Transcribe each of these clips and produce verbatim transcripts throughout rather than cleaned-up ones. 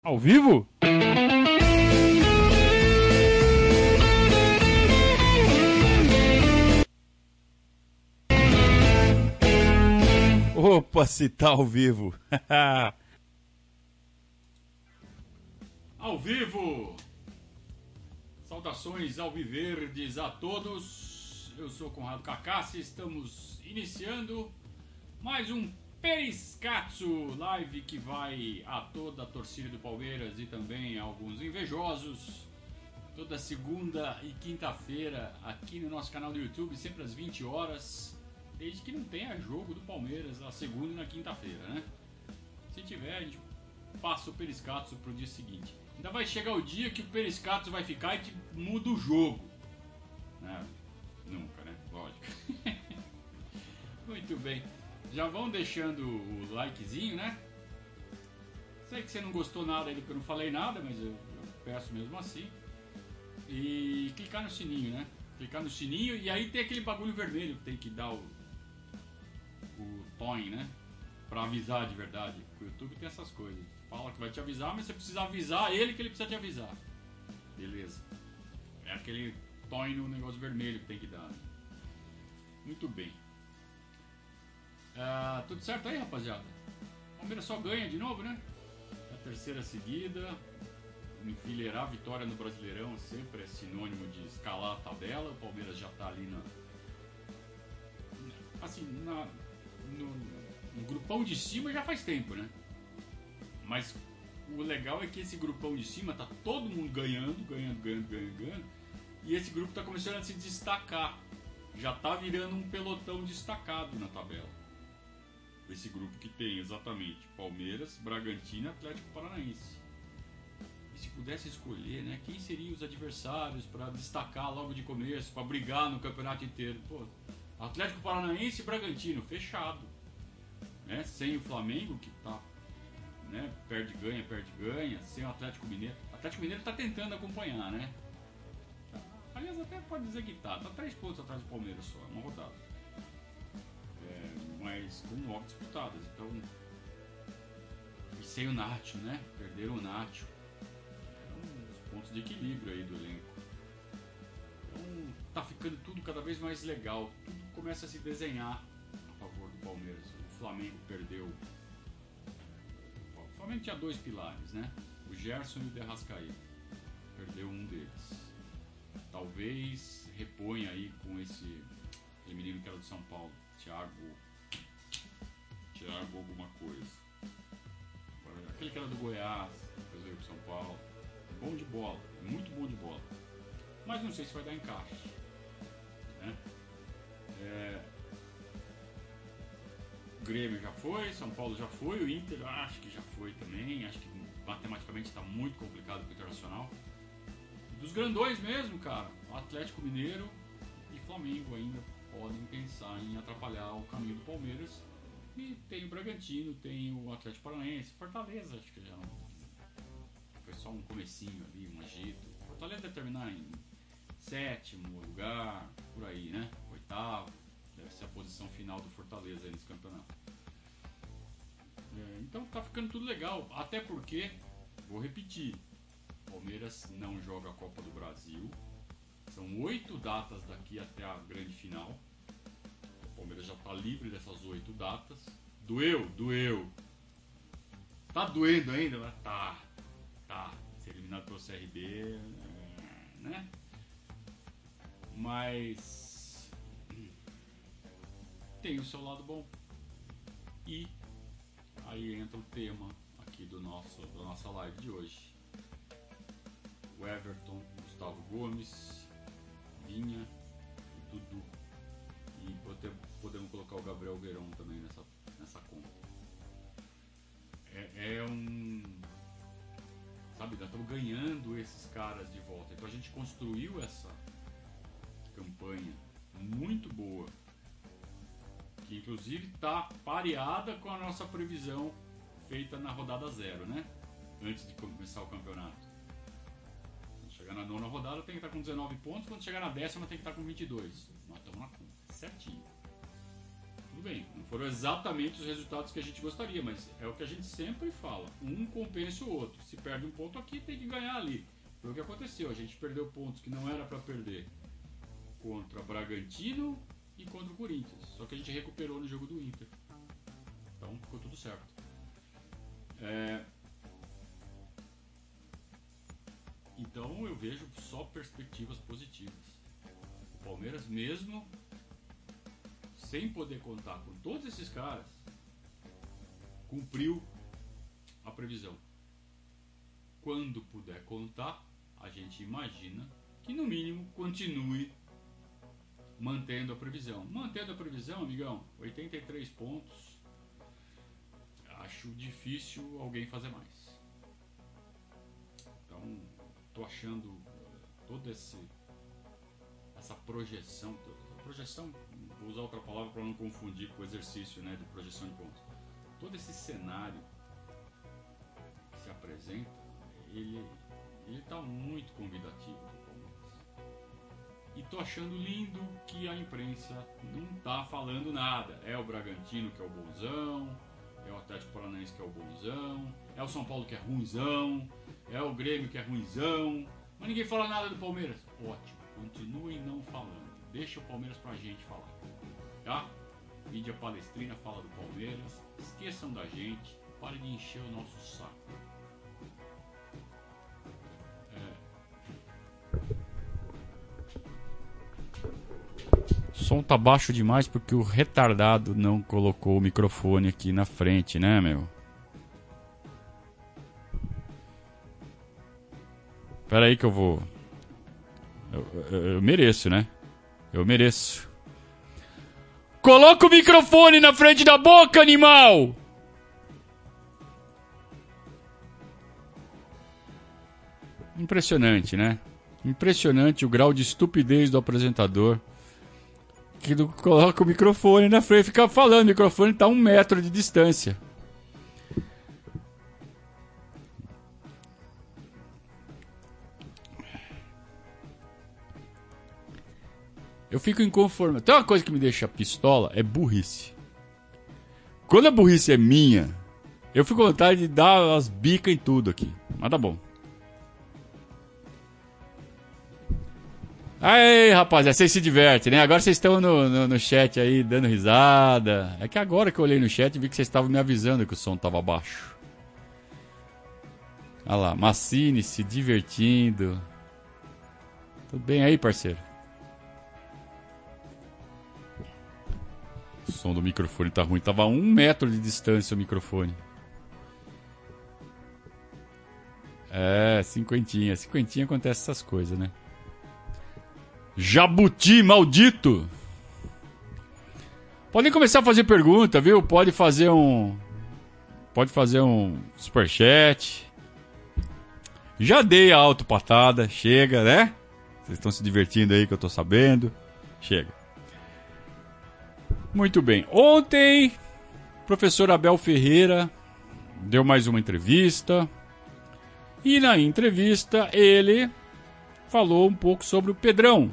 Ao vivo? Opa, se tá ao vivo. Ao vivo! Saudações alviverdes a todos. Eu sou Conrado Cacassi, estamos iniciando mais um Periscatso live que vai a toda a torcida do Palmeiras e também a alguns invejosos. Toda segunda e quinta-feira aqui no nosso canal do YouTube, sempre às vinte horas. Desde que não tenha jogo do Palmeiras na segunda e na quinta-feira, né? Se tiver, a gente passa o Periscatso pro dia seguinte. Ainda vai chegar o dia que o Periscatso vai ficar e te muda o jogo. É, nunca, né? Lógico. Muito bem. Já vão deixando o likezinho, né? Sei que você não gostou nada aí do que eu não falei nada, mas eu, eu peço mesmo assim. E clicar no sininho, né? Clicar no sininho e aí tem aquele bagulho vermelho que tem que dar o... o toin, né? Pra avisar de verdade. O YouTube tem essas coisas. Fala que vai te avisar, mas você precisa avisar ele que ele precisa te avisar. Beleza. É aquele toin no negócio vermelho que tem que dar. Muito bem. Ah, tudo certo aí, rapaziada? O Palmeiras só ganha de novo, né? É a terceira seguida. Enfileirar a vitória no Brasileirão sempre é sinônimo de escalar a tabela. O Palmeiras já tá ali na... Assim, na... No, no grupão de cima já faz tempo, né? Mas o legal é que esse grupão de cima tá todo mundo ganhando, ganhando, ganhando, ganhando, ganhando. E esse grupo tá começando a se destacar. Já tá virando um pelotão destacado na tabela. Esse grupo que tem exatamente Palmeiras, Bragantino e Atlético Paranaense. E se pudesse escolher, né, quem seriam os adversários para destacar logo de começo, para brigar no campeonato inteiro? Pô, Atlético Paranaense e Bragantino, fechado. Né? Sem o Flamengo, que tá, né, perde ganha, perde ganha. Sem o Atlético Mineiro. O Atlético Mineiro tá tentando acompanhar, né? Aliás, até pode dizer que tá. Tá três pontos atrás do Palmeiras só, uma rodada. É, mas com nove disputadas. Então. E sem o Nacho, né? Perderam o Nacho. Eram os pontos de equilíbrio aí do elenco. Então tá ficando tudo cada vez mais legal. Tudo começa a se desenhar a favor do Palmeiras. O Flamengo perdeu. O Flamengo tinha dois pilares, né? O Gerson e o De Arrascaeta. Perdeu um deles. Talvez reponha aí com esse aquele menino que era do São Paulo, Thiago. Thiago alguma coisa. Aquele que era do Goiás, depois veio pro São Paulo. Bom de bola, muito bom de bola. Mas não sei se vai dar encaixe. Né? É... O Grêmio já foi, São Paulo já foi, o Inter acho que já foi também. Acho que matematicamente está muito complicado para o Internacional. Dos grandões mesmo, cara, Atlético Mineiro e Flamengo ainda podem pensar em atrapalhar o caminho do Palmeiras. E tem o Bragantino, tem o Atlético Paranaense, Fortaleza, acho que já não... foi só um comecinho ali, um agito. Fortaleza deve terminar em sétimo lugar, por aí, né? Oitavo, deve ser a posição final do Fortaleza aí nesse campeonato. É, então tá ficando tudo legal, até porque, vou repetir, Palmeiras não joga a Copa do Brasil. São oito datas daqui até a grande final. O Palmeiras já está livre dessas oito datas. Doeu, doeu. Tá doendo ainda? Mas tá, tá. Ser eliminado pelo C R B, né? Mas tem o seu lado bom. E aí entra o tema aqui do nosso, da nossa live de hoje. O Everton, Gustavo Gomes, Vinha e Dudu. E podemos colocar o Gabriel Verón também nessa, nessa conta. É, é um... Sabe, nós estamos ganhando esses caras de volta. Então a gente construiu essa campanha muito boa. Que inclusive está pareada com a nossa previsão feita na rodada zero, né? Antes de começar o campeonato. Chegar na nona rodada tem que estar com dezenove pontos, quando chegar na décima tem que estar com vinte e dois. Nós estamos na conta, certinho. Tudo bem. Não foram exatamente os resultados que a gente gostaria, mas é o que a gente sempre fala. Um compensa o outro. Se perde um ponto aqui, tem que ganhar ali. Foi o que aconteceu. A gente perdeu pontos que não era para perder contra Bragantino e contra o Corinthians. Só que a gente recuperou no jogo do Inter. Então ficou tudo certo. É... Então eu vejo só perspectivas positivas. O Palmeiras, mesmo sem poder contar com todos esses caras, cumpriu a previsão. Quando puder contar, a gente imagina que no mínimo continue mantendo a previsão. Mantendo a previsão, amigão, oitenta e três pontos. Acho difícil alguém fazer mais. Então, tô achando toda esse, essa projeção, projeção, vou usar outra palavra para não confundir com o exercício, né, de projeção de pontos. Todo esse cenário que se apresenta, ele ele está muito convidativo do Palmeiras. E tô achando lindo que a imprensa não tá falando nada. É o Bragantino que é o bonzão, é o Atlético Paranaense que é o bonzão, é o São Paulo que é ruinzão, é o Grêmio que é ruinzão, mas ninguém fala nada do Palmeiras. Ótimo, continuem não falando. Deixa o Palmeiras pra gente falar, tá? Mídia palestrina fala do Palmeiras. Esqueçam da gente. Parem de encher o nosso saco. É. O som tá baixo demais porque o retardado não colocou o microfone aqui na frente, né, meu? Pera aí que eu vou... Eu, eu, eu mereço, né? Eu mereço. Coloca o microfone na frente da boca, animal! Impressionante, né? Impressionante o grau de estupidez do apresentador. Que do, coloca o microfone na frente e fica falando. O microfone está a um metro de distância. Eu fico inconformado. Tem uma coisa que me deixa pistola, é burrice. Quando a burrice é minha, eu fico com vontade de dar as bicas em tudo aqui. Mas tá bom. Aí, rapaziada, vocês se divertem, né? Agora vocês estão no, no, no chat aí, dando risada. É que agora que eu olhei no chat e vi que vocês estavam me avisando que o som tava baixo. Olha lá, Massini se divertindo. Tudo bem aí, parceiro? O som do microfone tá ruim. Tava a um metro de distância o microfone. É, cinquentinha. Cinquentinha acontece essas coisas, né? Jabuti maldito! Podem começar a fazer pergunta, viu? Pode fazer um... Pode fazer um superchat. Já dei a autopatada. Chega, né? Vocês estão se divertindo aí que eu tô sabendo. Chega. Muito bem. Ontem, o professor Abel Ferreira deu mais uma entrevista. E na entrevista ele falou um pouco sobre o Pedrão.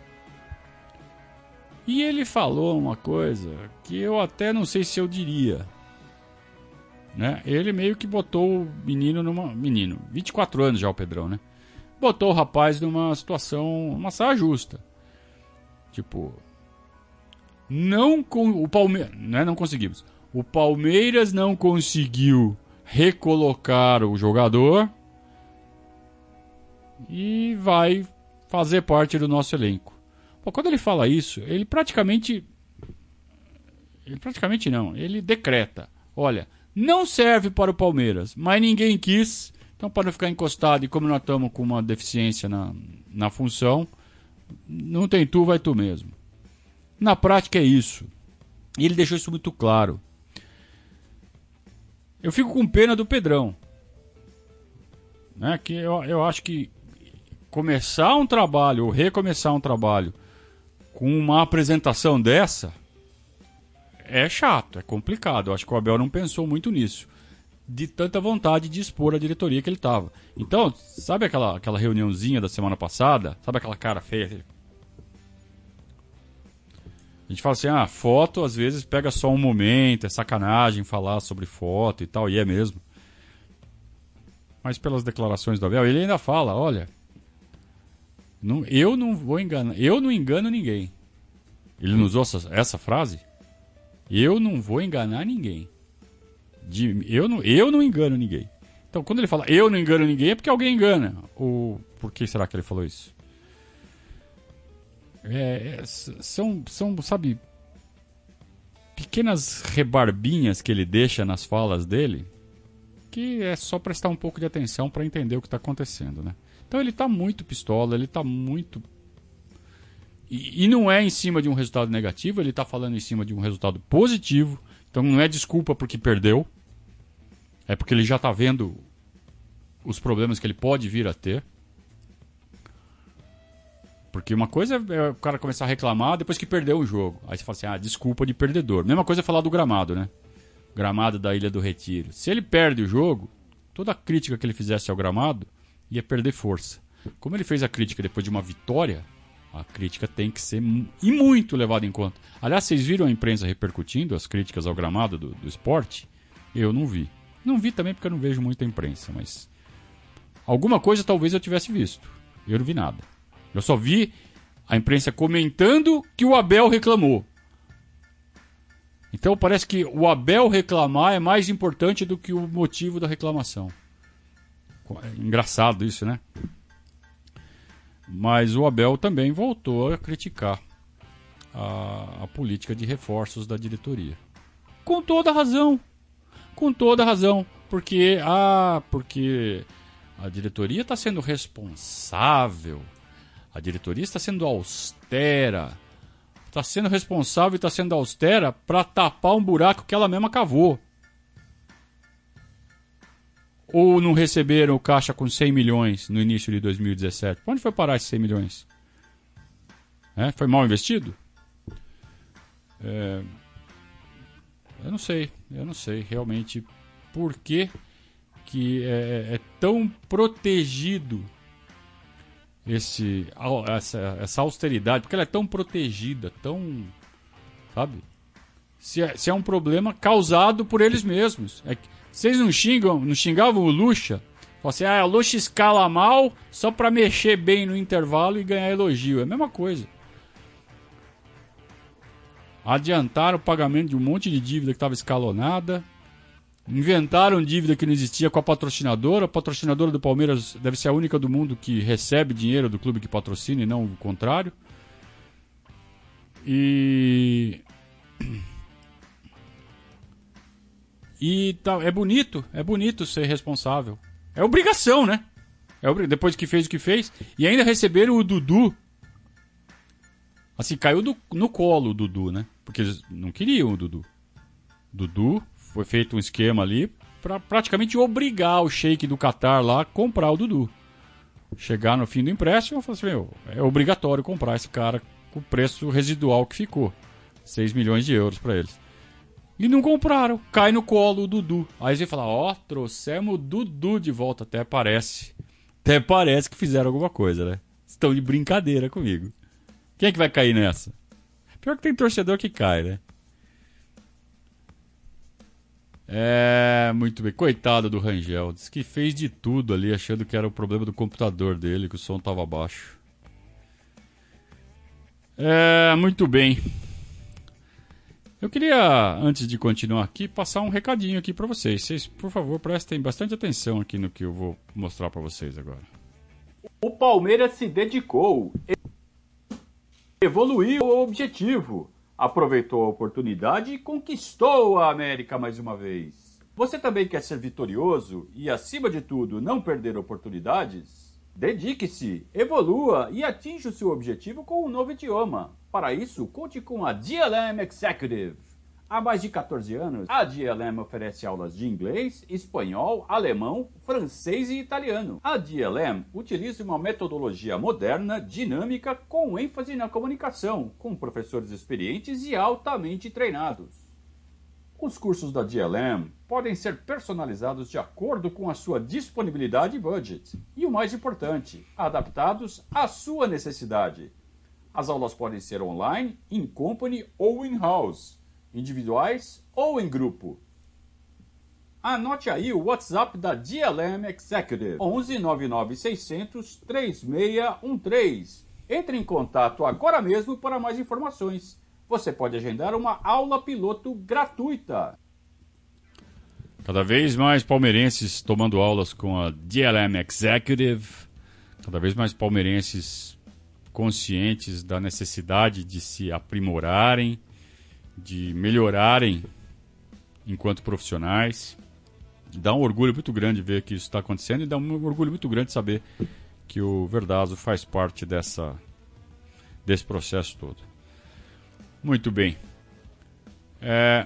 E ele falou uma coisa que eu até não sei se eu diria. Né? Ele meio que botou o menino numa... Menino, vinte e quatro anos já o Pedrão, né? Botou o rapaz numa situação, uma saia justa. Tipo... Não com o Palmeiras, né, não conseguimos. O Palmeiras não conseguiu recolocar o jogador e vai fazer parte do nosso elenco. Pô, quando ele fala isso, ele praticamente ele praticamente não, ele decreta, olha, não serve para o Palmeiras, mas ninguém quis, então para não ficar encostado e como nós estamos com uma deficiência na, na função, não tem tu, vai tu mesmo. Na prática é isso. E ele deixou isso muito claro. Eu fico com pena do Pedrão. Né? Que eu, eu acho que começar um trabalho, ou recomeçar um trabalho, com uma apresentação dessa, é chato, é complicado. Eu acho que o Abel não pensou muito nisso. De tanta vontade de expor a diretoria que ele estava. Então, sabe aquela, aquela reuniãozinha da semana passada? Sabe aquela cara feia? gente fala assim, ah, foto às vezes pega só um momento, é sacanagem falar sobre foto e tal, e é mesmo. Mas pelas declarações do Abel, ele ainda fala, olha, não, eu não vou enganar, eu não engano ninguém. Ele não usou essa, essa frase? Eu não vou enganar ninguém. De, eu, não, eu não engano ninguém. Então, quando ele fala eu não engano ninguém, é porque alguém engana. Ou por que será que ele falou isso? É, é, são, são, sabe, pequenas rebarbinhas que ele deixa nas falas dele, que é só prestar um pouco de atenção para entender o que está acontecendo, né? Então ele está muito pistola, ele está muito... E, e não é em cima de um resultado negativo, ele está falando em cima de um resultado positivo. Então não é desculpa porque perdeu, é porque ele já está vendo os problemas que ele pode vir a ter. Porque uma coisa é o cara começar a reclamar depois que perdeu o jogo. Aí você fala assim, ah, desculpa de perdedor. Mesma coisa é falar do gramado, né? Gramado da Ilha do Retiro. Se ele perde o jogo, toda a crítica que ele fizesse ao gramado ia perder força. Como ele fez a crítica depois de uma vitória, a crítica tem que ser e muito levada em conta. Aliás, vocês viram a imprensa repercutindo as críticas ao gramado do, do esporte? Eu não vi. Não vi também porque eu não vejo muita imprensa, mas alguma coisa talvez eu tivesse visto. Eu não vi nada. Eu só vi a imprensa comentando que o Abel reclamou. Então parece que o Abel reclamar é mais importante do que o motivo da reclamação. Engraçado isso, né? Mas o Abel também voltou a criticar a, a política de reforços da diretoria. Com toda razão. Com toda razão. Porque, ah, porque a diretoria está sendo responsável. A diretoria está sendo austera. Está sendo responsável e está sendo austera para tapar um buraco que ela mesma cavou. Ou não receberam o caixa com cem milhões no início de dois mil e dezessete? Para onde foi parar esses cem milhões? É, foi mal investido? É, eu não sei. Eu não sei realmente por que, que é, é tão protegido esse, essa, essa austeridade. Porque ela é tão protegida, tão... Sabe? Se é, se é um problema causado por eles mesmos. É que vocês não xingam, não xingavam o Lucha? Falaram assim, ah, o Lucha escala mal só pra mexer bem no intervalo e ganhar elogio. É a mesma coisa. Adiantaram o pagamento de um monte de dívida que estava escalonada. Inventaram dívida que não existia com a patrocinadora. A patrocinadora do Palmeiras deve ser a única do mundo que recebe dinheiro do clube que patrocina e não o contrário. E... E tá, é bonito, é bonito ser responsável. É obrigação, né? É obrig... Depois que fez o que fez. E ainda receberam o Dudu. Assim, caiu do... no colo o Dudu, né? Porque eles não queriam o Dudu. Dudu, foi feito um esquema ali pra praticamente obrigar o Sheik do Catar lá a comprar o Dudu. Chegar no fim do empréstimo e falar assim, meu, é obrigatório comprar esse cara com o preço residual que ficou. seis milhões de euros pra eles. E não compraram. Cai no colo o Dudu. Aí você fala, ó, oh, trouxemos o Dudu de volta. Até parece. Até parece que fizeram alguma coisa, né? Estão de brincadeira comigo. Quem é que vai cair nessa? Pior que tem torcedor que cai, né? É, muito bem. Coitado do Rangel. Diz que fez de tudo ali, achando que era o problema do computador dele, que o som estava baixo. É, muito bem. Eu queria, antes de continuar aqui, passar um recadinho aqui para vocês. Vocês, por favor, prestem bastante atenção aqui no que eu vou mostrar para vocês agora. O Palmeiras se dedicou, evoluiu o objetivo, aproveitou a oportunidade e conquistou a América mais uma vez. Você também quer ser vitorioso e, acima de tudo, não perder oportunidades? Dedique-se, evolua e atinja o seu objetivo com um novo idioma. Para isso, conte com a D L M Executive. Há mais de quatorze anos, a D L M oferece aulas de inglês, espanhol, alemão, francês e italiano. A D L M utiliza uma metodologia moderna, dinâmica, com ênfase na comunicação, com professores experientes e altamente treinados. Os cursos da D L M podem ser personalizados de acordo com a sua disponibilidade e budget. E o mais importante, adaptados à sua necessidade. As aulas podem ser online, in company ou in-house, individuais ou em grupo. Anote aí o WhatsApp da D L M Executive, onze nove nove seis zero zero três seis um três. Entre em contato agora mesmo para mais informações. Você pode agendar uma aula piloto gratuita. Cada vez mais palmeirenses tomando aulas com a D L M Executive. Cada vez mais palmeirenses conscientes da necessidade de se aprimorarem, de melhorarem enquanto profissionais. Dá um orgulho muito grande ver que isso está acontecendo e dá um orgulho muito grande saber que o Verdazo faz parte dessa, desse processo todo. Muito bem. É...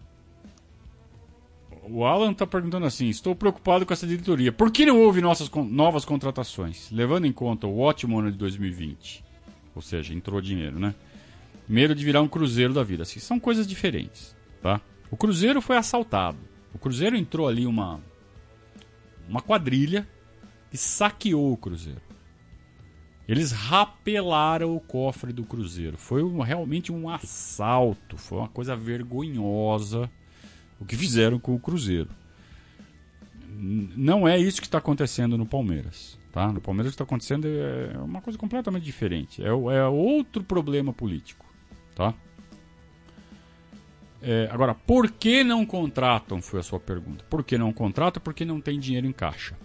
O Alan está perguntando assim: estou preocupado com essa diretoria. Por que não houve nossas novas contratações? Levando em conta o ótimo ano de dois mil e vinte. Ou seja, entrou dinheiro, né? Medo de virar um Cruzeiro da vida. Assim, são coisas diferentes, tá? O Cruzeiro foi assaltado. O Cruzeiro entrou ali uma, uma quadrilha e saqueou o Cruzeiro. Eles rapelaram o cofre do Cruzeiro. Foi um, realmente um assalto. Foi uma coisa vergonhosa o que fizeram com o Cruzeiro. Não é isso que está acontecendo no Palmeiras. Tá? No Palmeiras o que está acontecendo é uma coisa completamente diferente. É, é outro problema político. Tá? É, agora, por que não contratam? Foi a sua pergunta. Por que não contratam? Porque não tem dinheiro em caixa.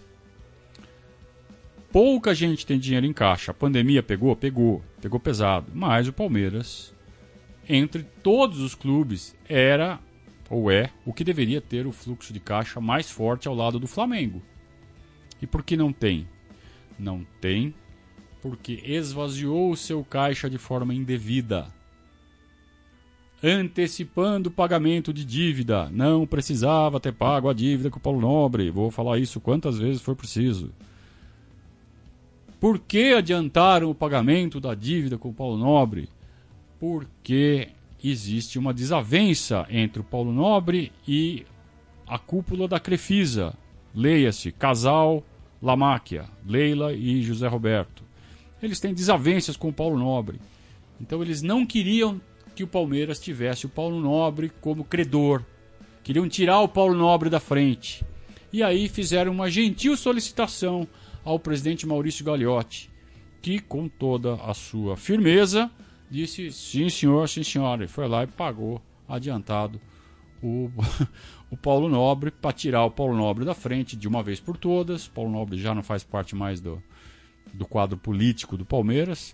Pouca gente tem dinheiro em caixa. A pandemia pegou? Pegou. Pegou pesado. Mas o Palmeiras, entre todos os clubes, era ou é o que deveria ter o fluxo de caixa mais forte ao lado do Flamengo. E por que não tem? Não tem porque esvaziou o seu caixa de forma indevida. Antecipando o pagamento de dívida. Não precisava ter pago a dívida com o Paulo Nobre. Vou falar isso quantas vezes for preciso. Por que adiantaram o pagamento da dívida com o Paulo Nobre? Porque existe uma desavença entre o Paulo Nobre e a cúpula da Crefisa. Leia-se, casal Lamáquia, Leila e José Roberto. Eles têm desavenças com o Paulo Nobre. Então eles não queriam que o Palmeiras tivesse o Paulo Nobre como credor. Queriam tirar o Paulo Nobre da frente. E aí fizeram uma gentil solicitação ao presidente Maurício Gagliotti, que com toda a sua firmeza disse sim senhor, sim senhora, e foi lá e pagou adiantado o, o Paulo Nobre para tirar o Paulo Nobre da frente de uma vez por todas. O Paulo Nobre já não faz parte mais do, do quadro político do Palmeiras.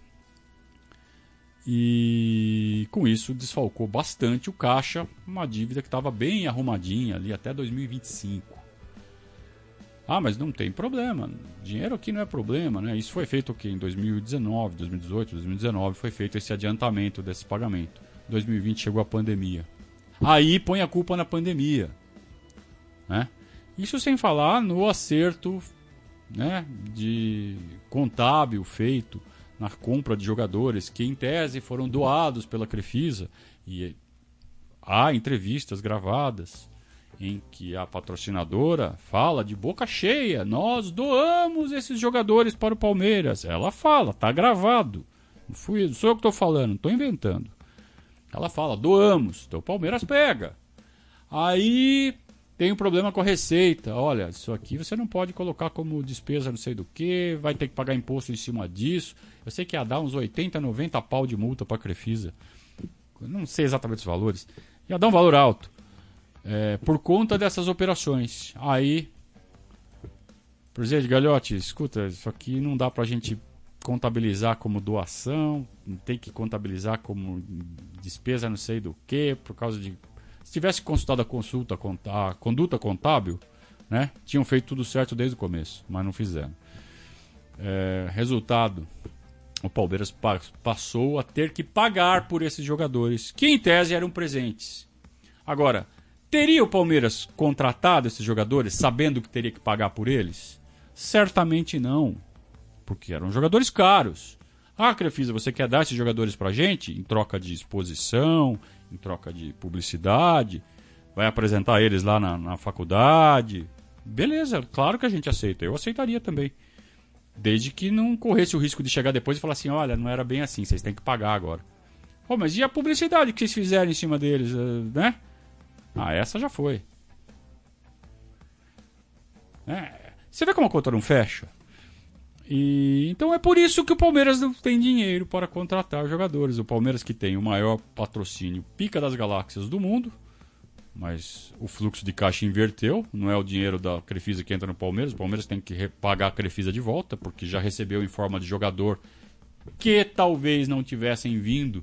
E com isso desfalcou bastante o caixa, uma dívida que estava bem arrumadinha ali até dois mil e vinte e cinco. Ah, mas não tem problema, dinheiro aqui não é problema, né? Isso foi feito aqui em dois mil e dezenove, dois mil e dezoito, dois mil e dezenove, foi feito esse adiantamento desse pagamento. dois mil e vinte chegou a pandemia. Aí põe a culpa na pandemia, né? Isso sem falar no acerto, né, de contábil feito na compra de jogadores que em tese foram doados pela Crefisa, e há entrevistas gravadas em que a patrocinadora fala de boca cheia: nós doamos esses jogadores para o Palmeiras. Ela fala, tá gravado. Não fui, não sou eu que estou falando, não estou inventando. Ela fala, doamos, então o Palmeiras pega. Aí tem um problema com a Receita. Olha, isso aqui você não pode colocar como despesa não sei do que, vai ter que pagar imposto em cima disso. Eu sei que ia dar uns oitenta, noventa pau de multa para a Crefisa. Não sei exatamente os valores. Ia dar um valor alto. É, por conta dessas operações. Aí, presidente Gagliotti, escuta, isso aqui não dá pra gente contabilizar como doação, tem que contabilizar como despesa não sei do que, por causa de... Se tivesse consultado a consulta, a conduta contábil, né, tinham feito tudo certo desde o começo, mas não fizeram. É, resultado, o Palmeiras passou a ter que pagar por esses jogadores, que em tese eram presentes. Agora, teria o Palmeiras contratado esses jogadores sabendo que teria que pagar por eles? Certamente não, porque eram jogadores caros. Ah, Crefisa, você quer dar esses jogadores pra gente em troca de exposição, em troca de publicidade, vai apresentar eles lá na, na faculdade? Beleza, claro que a gente aceita, eu aceitaria também. Desde que não corresse o risco de chegar depois e falar assim, olha, não era bem assim, vocês têm que pagar agora. Pô, mas e a publicidade que vocês fizeram em cima deles, né? Ah, essa já foi. É, você vê como a conta não fecha? E, então é por isso que o Palmeiras não tem dinheiro para contratar jogadores. O Palmeiras que tem o maior patrocínio pica das galáxias do mundo, mas o fluxo de caixa inverteu, não é o dinheiro da Crefisa que entra no Palmeiras, o Palmeiras tem que pagar a Crefisa de volta, porque já recebeu em forma de jogador que talvez não tivessem vindo,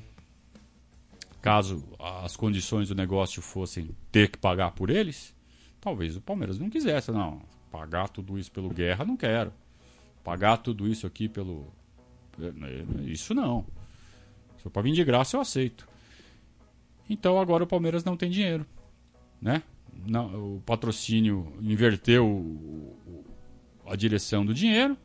caso as condições do negócio fossem ter que pagar por eles. Talvez o Palmeiras não quisesse, não, pagar tudo isso pelo Guerra, não quero. Pagar tudo isso aqui pelo... Isso não. Se for para vir de graça, eu aceito. Então agora o Palmeiras não tem dinheiro, né? Não, o patrocínio inverteu a direção do dinheiro.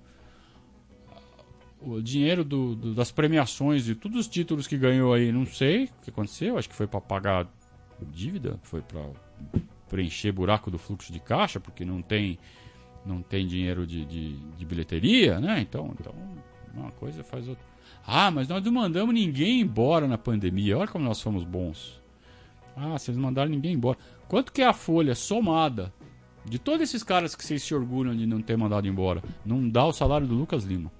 O dinheiro do, do, das premiações e todos os títulos que ganhou aí, não sei o que aconteceu. Acho que foi para pagar dívida, foi para preencher buraco do fluxo de caixa, porque não tem, não tem dinheiro de, de, de bilheteria, né? Então, então, uma coisa faz outra. Ah, mas nós não mandamos ninguém embora na pandemia. Olha como nós fomos bons. Ah, vocês não mandaram ninguém embora. Quanto que é a folha somada de todos esses caras que vocês se orgulham de não ter mandado embora? Não dá o salário do Lucas Lima.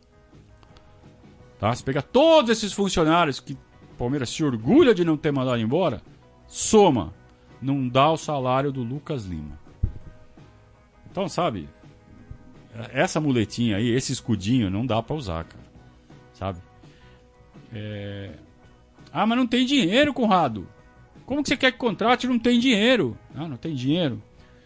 Tá? Você pega todos esses funcionários que o Palmeiras se orgulha de não ter mandado embora, soma. Não dá o salário do Lucas Lima. Então, sabe, essa muletinha aí, esse escudinho, não dá pra usar, cara. Sabe? É... Ah, mas não tem dinheiro, Conrado. Como que você quer que contrate? Não tem dinheiro. Ah, não tem dinheiro.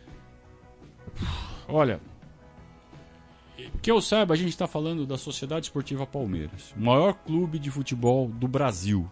Olha, que eu saiba, a gente está falando da Sociedade Esportiva Palmeiras, o maior clube de futebol do Brasil.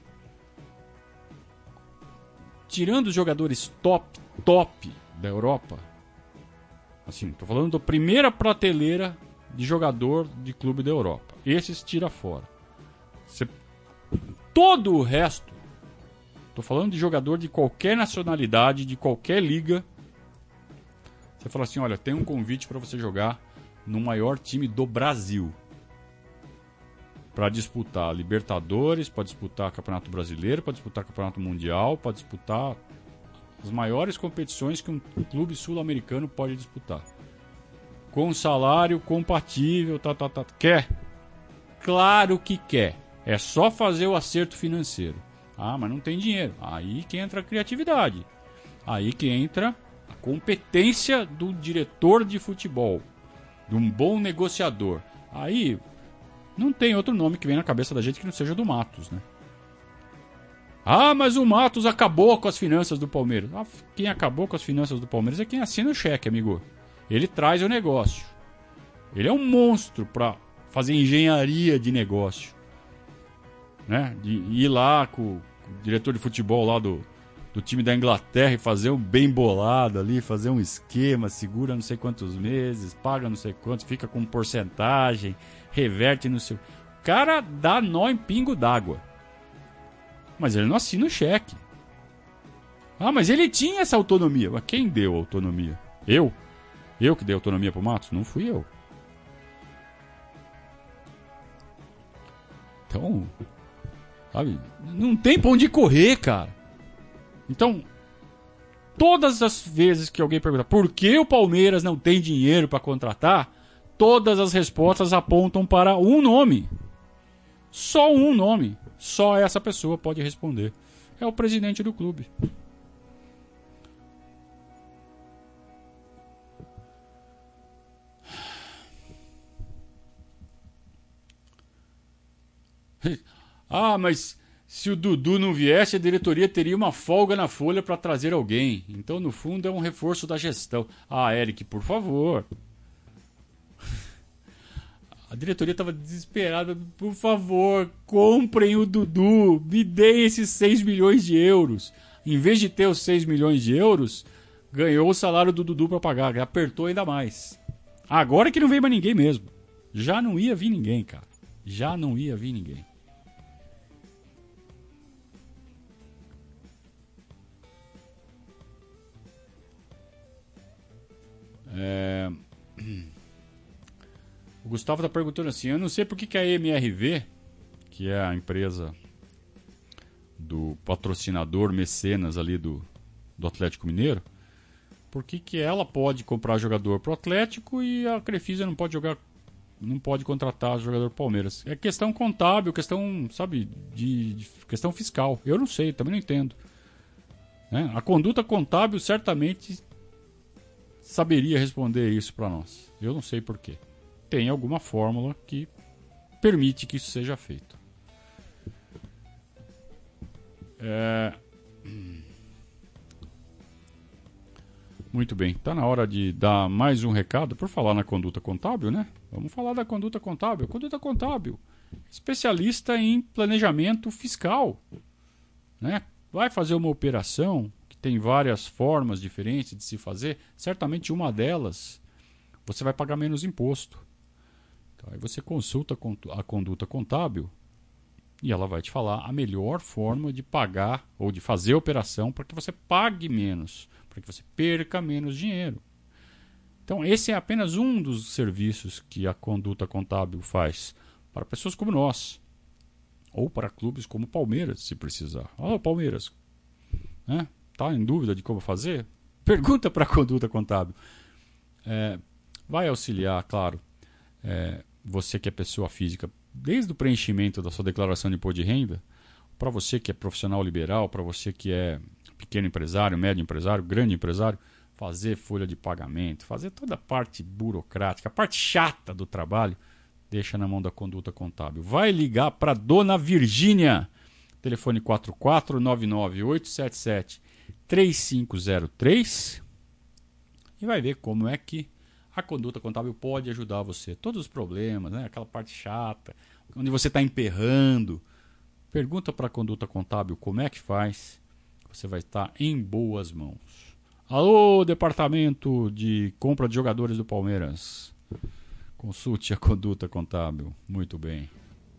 Tirando os jogadores top, top da Europa, assim, tô falando da primeira prateleira de jogador de clube da Europa. Esses tira fora. Você... Todo o resto, tô falando de jogador de qualquer nacionalidade, de qualquer liga. Você fala assim, olha, tem um convite para você jogar no maior time do Brasil. Para disputar Libertadores, para disputar Campeonato Brasileiro, para disputar Campeonato Mundial, para disputar as maiores competições que um clube sul-americano pode disputar. Com salário compatível, tá, tá, tá. Quer? Claro que quer. É só fazer o acerto financeiro. Ah, mas não tem dinheiro. Aí que entra a criatividade. Aí que entra a competência do diretor de futebol, de um bom negociador. Aí não tem outro nome que vem na cabeça da gente que não seja do Matos, né? Ah, mas o Matos acabou com as finanças do Palmeiras. Ah, quem acabou com as finanças do Palmeiras é quem assina o cheque, amigo. Ele traz o negócio. Ele é um monstro para fazer engenharia de negócio, né? De ir lá com o diretor de futebol lá do, do time da Inglaterra e fazer um bem bolado ali, fazer um esquema, segura não sei quantos meses, paga não sei quantos, fica com porcentagem, reverte no seu... O cara dá nó em pingo d'água. Mas ele não assina o cheque. Ah, mas ele tinha essa autonomia. Mas quem deu autonomia? Eu? Eu que dei autonomia pro Matos? Não fui eu. Então, sabe, não tem pra onde correr, cara. Então, todas as vezes que alguém pergunta por que o Palmeiras não tem dinheiro para contratar, todas as respostas apontam para um nome. Só um nome. Só essa pessoa pode responder. É o presidente do clube. Ah, mas se o Dudu não viesse, a diretoria teria uma folga na folha para trazer alguém. Então, no fundo, é um reforço da gestão. Ah, Eric, por favor. A diretoria estava desesperada. Por favor, comprem o Dudu. Me deem esses seis milhões de euros. Em vez de ter os seis milhões de euros, ganhou o salário do Dudu para pagar. Apertou ainda mais. Agora que não veio mais ninguém mesmo. Já não ia vir ninguém, cara. Já não ia vir ninguém. É... O Gustavo tá perguntando assim, eu não sei por que, que a M R V, que é a empresa do patrocinador mecenas ali do, do Atlético Mineiro, por que, que ela pode comprar jogador pro Atlético e a Crefisa não pode jogar, não pode contratar jogador pro Palmeiras? É questão contábil, questão, sabe, de, de questão fiscal. Eu não sei, também não entendo. Né? A conduta contábil certamente saberia responder isso para nós. Eu não sei por quê. Tem alguma fórmula que permite que isso seja feito. É... Muito bem, está na hora de dar mais um recado, por falar na conduta contábil, né? Vamos falar da conduta contábil. Conduta contábil, especialista em planejamento fiscal, né? Vai fazer uma operação que tem várias formas diferentes de se fazer, certamente uma delas você vai pagar menos imposto. Então, aí você consulta a conduta contábil e ela vai te falar a melhor forma de pagar ou de fazer a operação para que você pague menos, para que você perca menos dinheiro. Então, esse é apenas um dos serviços que a conduta contábil faz para pessoas como nós, ou para clubes como o Palmeiras, se precisar. Ó, Palmeiras, né? Tá em dúvida de como fazer? Pergunta para a conduta contábil. É, vai auxiliar, claro, é, você que é pessoa física, desde o preenchimento da sua declaração de imposto de renda, para você que é profissional liberal, para você que é pequeno empresário, médio empresário, grande empresário, fazer folha de pagamento, fazer toda a parte burocrática, a parte chata do trabalho, deixa na mão da conduta contábil. Vai ligar para Dona Virgínia, telefone quatro quatro nove nove oito sete sete três cinco zero três, e vai ver como é que a conduta contábil pode ajudar você. Todos os problemas, né? Aquela parte chata, onde você está emperrando. Pergunta para a conduta contábil como é que faz. Você vai estar em boas mãos. Alô, departamento de compra de jogadores do Palmeiras. Consulte a conduta contábil. Muito bem.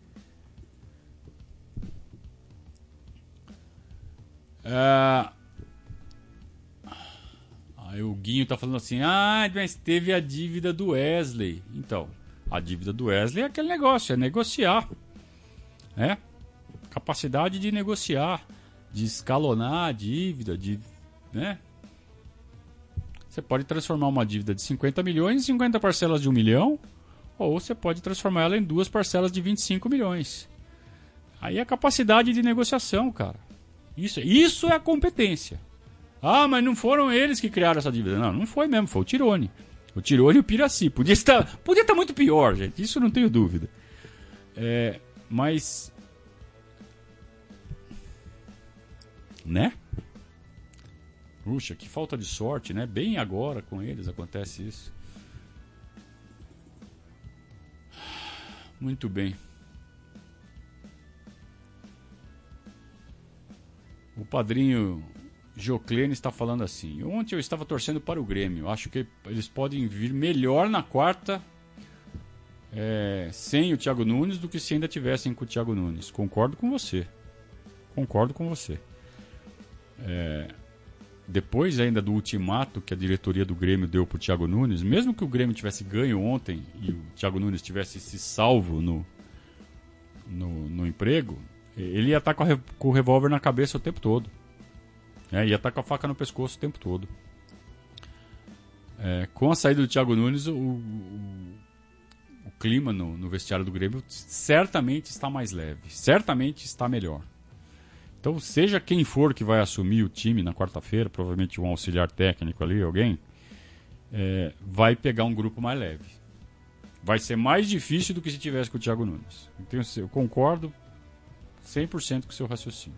É... Aí o Guinho tá falando assim, ah, mas teve a dívida do Wesley. Então, a dívida do Wesley é aquele negócio, é negociar. É? Capacidade de negociar, de escalonar a dívida, de, né? Você pode transformar uma dívida de cinquenta milhões em cinquenta parcelas de um milhão, ou você pode transformar ela em duas parcelas de vinte e cinco milhões. Aí é a capacidade de negociação, cara. Isso, isso é a competência. Ah, mas não foram eles que criaram essa dívida. Não, não foi mesmo, foi o Tirone. O Tirone e o Piraci. Podia estar, podia estar muito pior, gente. Isso não tenho dúvida. É, mas... Né? Puxa, que falta de sorte, né? Bem agora com eles acontece isso. Muito bem. O padrinho Joclene está falando assim: ontem eu estava torcendo para o Grêmio. Acho que eles podem vir melhor na quarta é, sem o Thiago Nunes do que se ainda tivessem com o Thiago Nunes. Concordo com você. Concordo com você. É, depois ainda do ultimato que a diretoria do Grêmio deu para o Thiago Nunes, mesmo que o Grêmio tivesse ganho ontem e o Thiago Nunes tivesse se salvo no, no, no emprego, ele ia estar com, a, com o revólver na cabeça o tempo todo. É, ia estar com a faca no pescoço o tempo todo. É, com a saída do Thiago Nunes, o, o, o clima no, no vestiário do Grêmio certamente está mais leve. Certamente está melhor. Então, seja quem for que vai assumir o time na quarta-feira, provavelmente um auxiliar técnico ali, alguém, é, vai pegar um grupo mais leve. Vai ser mais difícil do que se tivesse com o Thiago Nunes. Então, eu concordo cem por cento com o seu raciocínio.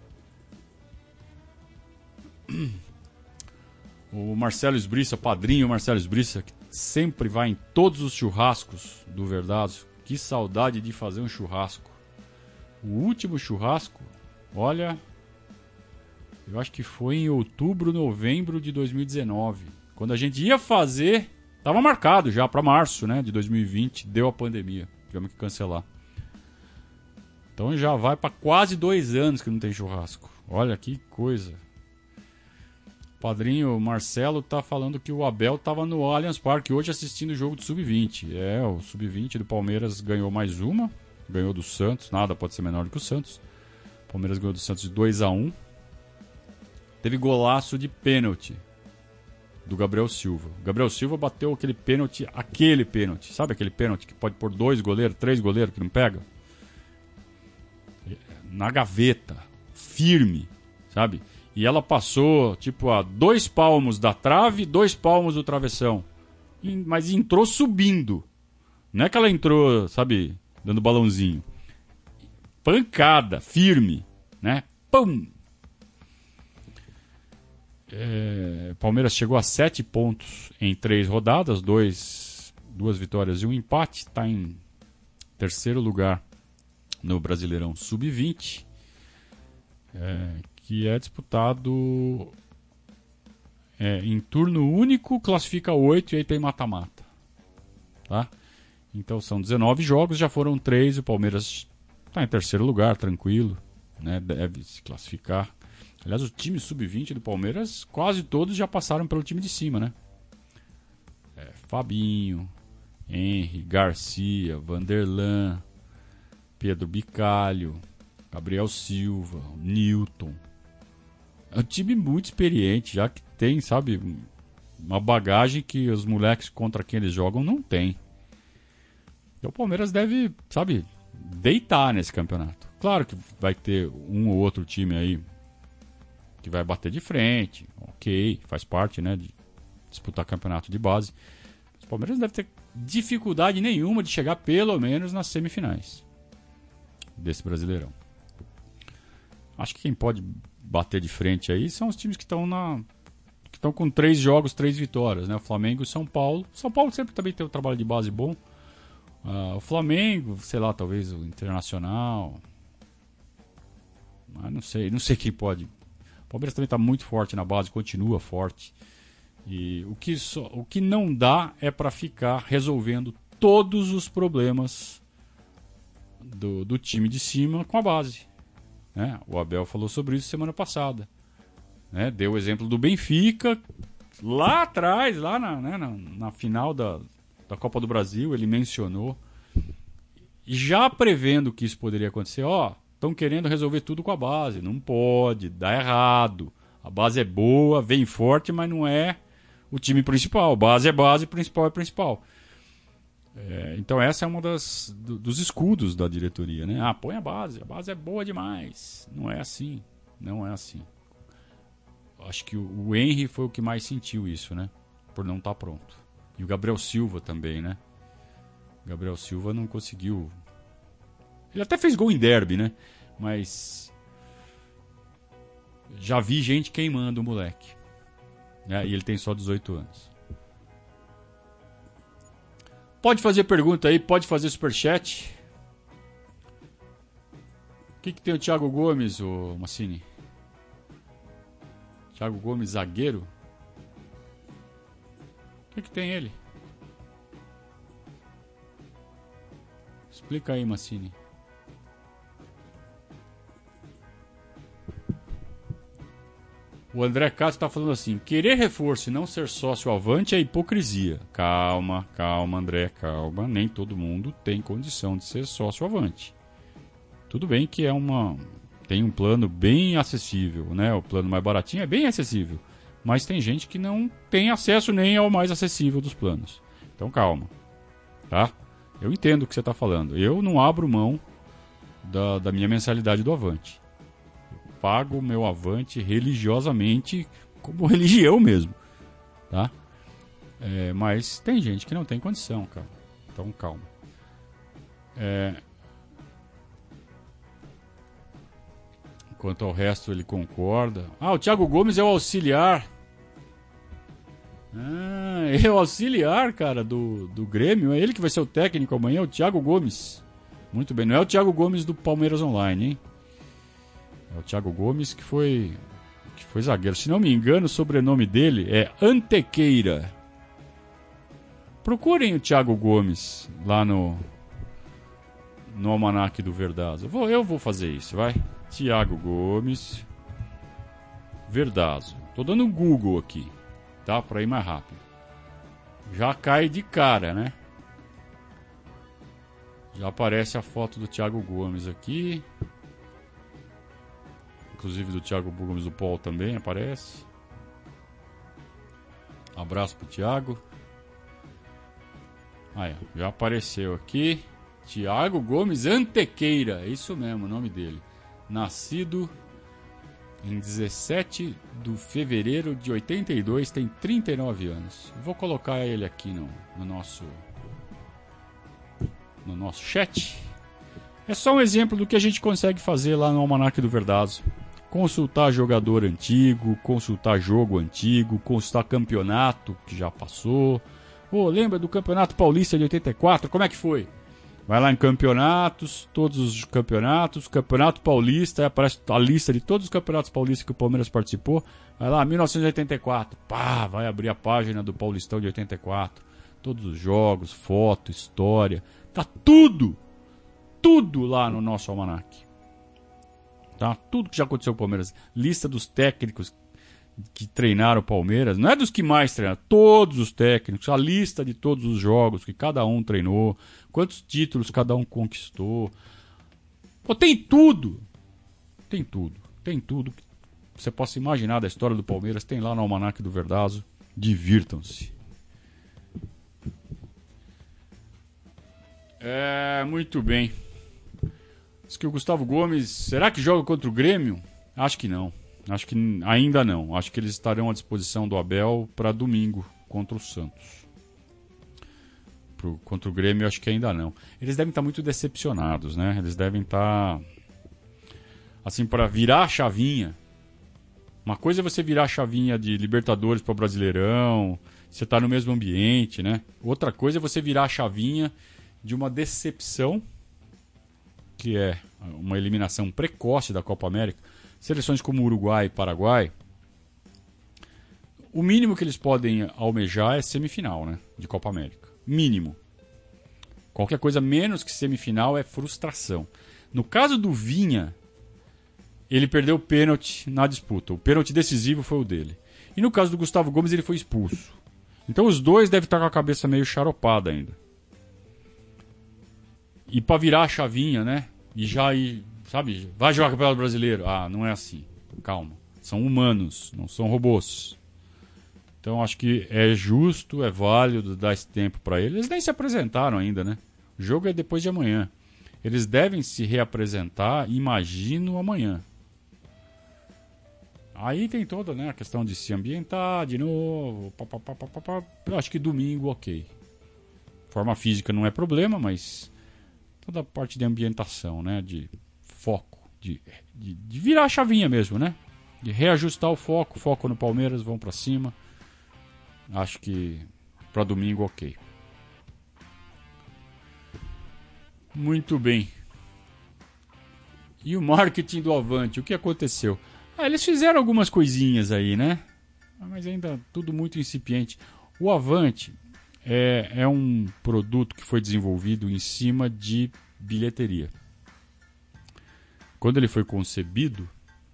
O Marcelo Esbriça, padrinho Marcelo Esbriça, que sempre vai em todos os churrascos do Verdazo. Que saudade de fazer um churrasco. O último churrasco, olha, eu acho que foi em outubro, novembro de dois mil e dezenove. Quando a gente ia fazer, estava marcado já para março, né, de dois mil e vinte, deu a pandemia, tivemos que cancelar. Então já vai para quase dois anos que não tem churrasco. Olha que coisa. Padrinho Marcelo tá falando que o Abel tava no Allianz Parque hoje assistindo o jogo do sub vinte. É, o sub vinte do Palmeiras ganhou mais uma. Ganhou do Santos. Nada pode ser menor do que o Santos. O Palmeiras ganhou do Santos de dois a um. Teve golaço de pênalti do Gabriel Silva. O Gabriel Silva bateu aquele pênalti, aquele pênalti. Sabe aquele pênalti que pode pôr dois goleiros, três goleiros que não pega? Na gaveta. Firme. Sabe? E ela passou, tipo, a dois palmos da trave, dois palmos do travessão. E, mas entrou subindo. Não é que ela entrou, sabe, dando balãozinho. Pancada, firme, né? Pum! É, Palmeiras chegou a sete pontos em três rodadas, dois, duas vitórias e um empate. Está em terceiro lugar no Brasileirão sub vinte. É, que é disputado é, em turno único, classifica oito e aí tem mata-mata. Tá? Então são dezenove jogos, já foram três, o Palmeiras está em terceiro lugar, tranquilo, né? Deve se classificar. Aliás, o time sub vinte do Palmeiras, quase todos já passaram pelo time de cima, né? É, Fabinho, Henry, Garcia, Vanderlan, Pedro Bicalho, Gabriel Silva, Newton. É um time muito experiente, já que tem, sabe, uma bagagem que os moleques contra quem eles jogam não tem. Então o Palmeiras deve, sabe, deitar nesse campeonato. Claro que vai ter um ou outro time aí que vai bater de frente, ok, faz parte, né, de disputar campeonato de base. Mas o Palmeiras deve ter dificuldade nenhuma de chegar pelo menos nas semifinais desse Brasileirão. Acho que quem pode bater de frente aí são os times que estão na que estão com três jogos, três vitórias, né? O Flamengo e o São Paulo. O São Paulo sempre também tem um trabalho de base bom. Uh, o Flamengo, sei lá, talvez o Internacional. Mas não sei, não sei quem pode. O Palmeiras também está muito forte na base, continua forte. E o que, só, o que não dá é para ficar resolvendo todos os problemas do, do time de cima com a base. Né? O Abel falou sobre isso semana passada. Né? Deu o exemplo do Benfica, lá atrás, lá na, né, na, na final da, da Copa do Brasil, ele mencionou. E já prevendo que isso poderia acontecer, ó, estão querendo resolver tudo com a base. Não pode, dá errado. A base é boa, vem forte, mas não é o time principal. Base é base, principal é principal. É, então essa é uma das do, dos escudos da diretoria, né? Ah, põe a base, a base é boa demais. Não é assim, não é assim. Acho que o, o Henry foi o que mais sentiu isso, né? Por não estar pronto. E o Gabriel Silva também, né? O Gabriel Silva não conseguiu. Ele até fez gol em derby, né? Mas já vi gente queimando o moleque, né? E ele tem só dezoito anos. Pode fazer pergunta aí, pode fazer superchat. O que, que tem o Thiago Gomes, ô Massini? Thiago Gomes, zagueiro? O que, que tem ele? Explica aí, Massini. O André Castro está falando assim: querer reforço e não ser sócio avante é hipocrisia. Calma, calma, André, calma. Nem todo mundo tem condição de ser sócio avante. Tudo bem que é uma tem um plano bem acessível, né? O plano mais baratinho é bem acessível, mas tem gente que não tem acesso nem ao mais acessível dos planos. Então calma, tá? Eu entendo o que você está falando. Eu não abro mão da, da minha mensalidade do Avante. Pago o meu Avante religiosamente, como religião mesmo, tá? É, mas tem gente que não tem condição, cara. Então calma. É... Quanto ao resto, ele concorda. Ah, o Thiago Gomes é o auxiliar. Ah, é o auxiliar, cara, do, do Grêmio. É ele que vai ser o técnico amanhã, o Thiago Gomes. Muito bem, não é o Thiago Gomes do Palmeiras Online, hein? É o Thiago Gomes que foi, que foi zagueiro. Se não me engano, o sobrenome dele é Antequeira. Procurem o Thiago Gomes lá no, no Almanaque do Verdazo. Eu vou, eu vou fazer isso, vai. Thiago Gomes Verdazo. Tô dando um Google aqui, tá? Pra ir mais rápido. Já cai de cara, né? Já aparece a foto do Thiago Gomes aqui. Inclusive do Thiago Gomes do Paul também aparece. Abraço pro Thiago. Aí, já apareceu aqui. Thiago Gomes Antequeira. É isso mesmo, o nome dele. Nascido em dezessete de fevereiro de oitenta e dois. Tem trinta e nove anos. Vou colocar ele aqui no, no nosso... no nosso chat. É só um exemplo do que a gente consegue fazer lá no Almanac do Verdazo. Consultar jogador antigo, consultar jogo antigo, consultar campeonato que já passou. Ô, lembra do Campeonato Paulista de oitenta e quatro? Como é que foi? Vai lá em campeonatos, todos os campeonatos, Campeonato Paulista, aparece a lista de todos os campeonatos paulistas que o Palmeiras participou. Vai lá, mil novecentos e oitenta e quatro. Pá, vai abrir a página do Paulistão de oitenta e quatro. Todos os jogos, foto, história. Tá tudo, tudo lá no nosso almanac. Tá? Tudo que já aconteceu com o Palmeiras. Lista dos técnicos que treinaram o Palmeiras. Não é dos que mais treinaram. Todos os técnicos. A lista de todos os jogos que cada um treinou. Quantos títulos cada um conquistou. Pô, tem tudo. Tem tudo. Tem tudo que você possa imaginar da história do Palmeiras. Tem lá no Almanac do Verdazo. Divirtam-se. É, muito bem. Diz que o Gustavo Gomes, será que joga contra o Grêmio? Acho que não. Acho que ainda não. Acho que eles estarão à disposição do Abel para domingo contra o Santos. Pro, contra o Grêmio, acho que ainda não. Eles devem estar muito decepcionados, né? Eles devem estar assim, para virar a chavinha. Uma coisa é você virar a chavinha de Libertadores para o Brasileirão, você está no mesmo ambiente, né? Outra coisa é você virar a chavinha de uma decepção, que é uma eliminação precoce da Copa América. Seleções como Uruguai e Paraguai, o mínimo que eles podem almejar é semifinal, né, de Copa América. Mínimo. Qualquer coisa menos que semifinal é frustração. No caso do Vinha, ele perdeu o pênalti na disputa. O pênalti decisivo foi o dele. E no caso do Gustavo Gomes, ele foi expulso. Então os dois devem estar com a cabeça meio charopada ainda. E para virar a chavinha, né? E já ir, sabe? Vai jogar Campeonato Brasileiro. Ah, não é assim. Calma. São humanos, não são robôs. Então acho que é justo, é válido dar esse tempo para eles. Eles nem se apresentaram ainda, né? O jogo é depois de amanhã. Eles devem se reapresentar, imagino, amanhã. Aí tem toda, né, a questão de se ambientar de novo. Pá, pá, pá, pá, pá. Eu acho que domingo, ok. Forma física não é problema, mas toda a parte de ambientação, né? De foco, de, de, de virar a chavinha mesmo, né? De reajustar o foco, foco no Palmeiras, vão pra cima. Acho que pra domingo, ok. Muito bem. E o marketing do Avante, o que aconteceu? Ah, eles fizeram algumas coisinhas aí, né? Mas ainda tudo muito incipiente. O Avante É, é um produto que foi desenvolvido em cima de bilheteria. Quando ele foi concebido,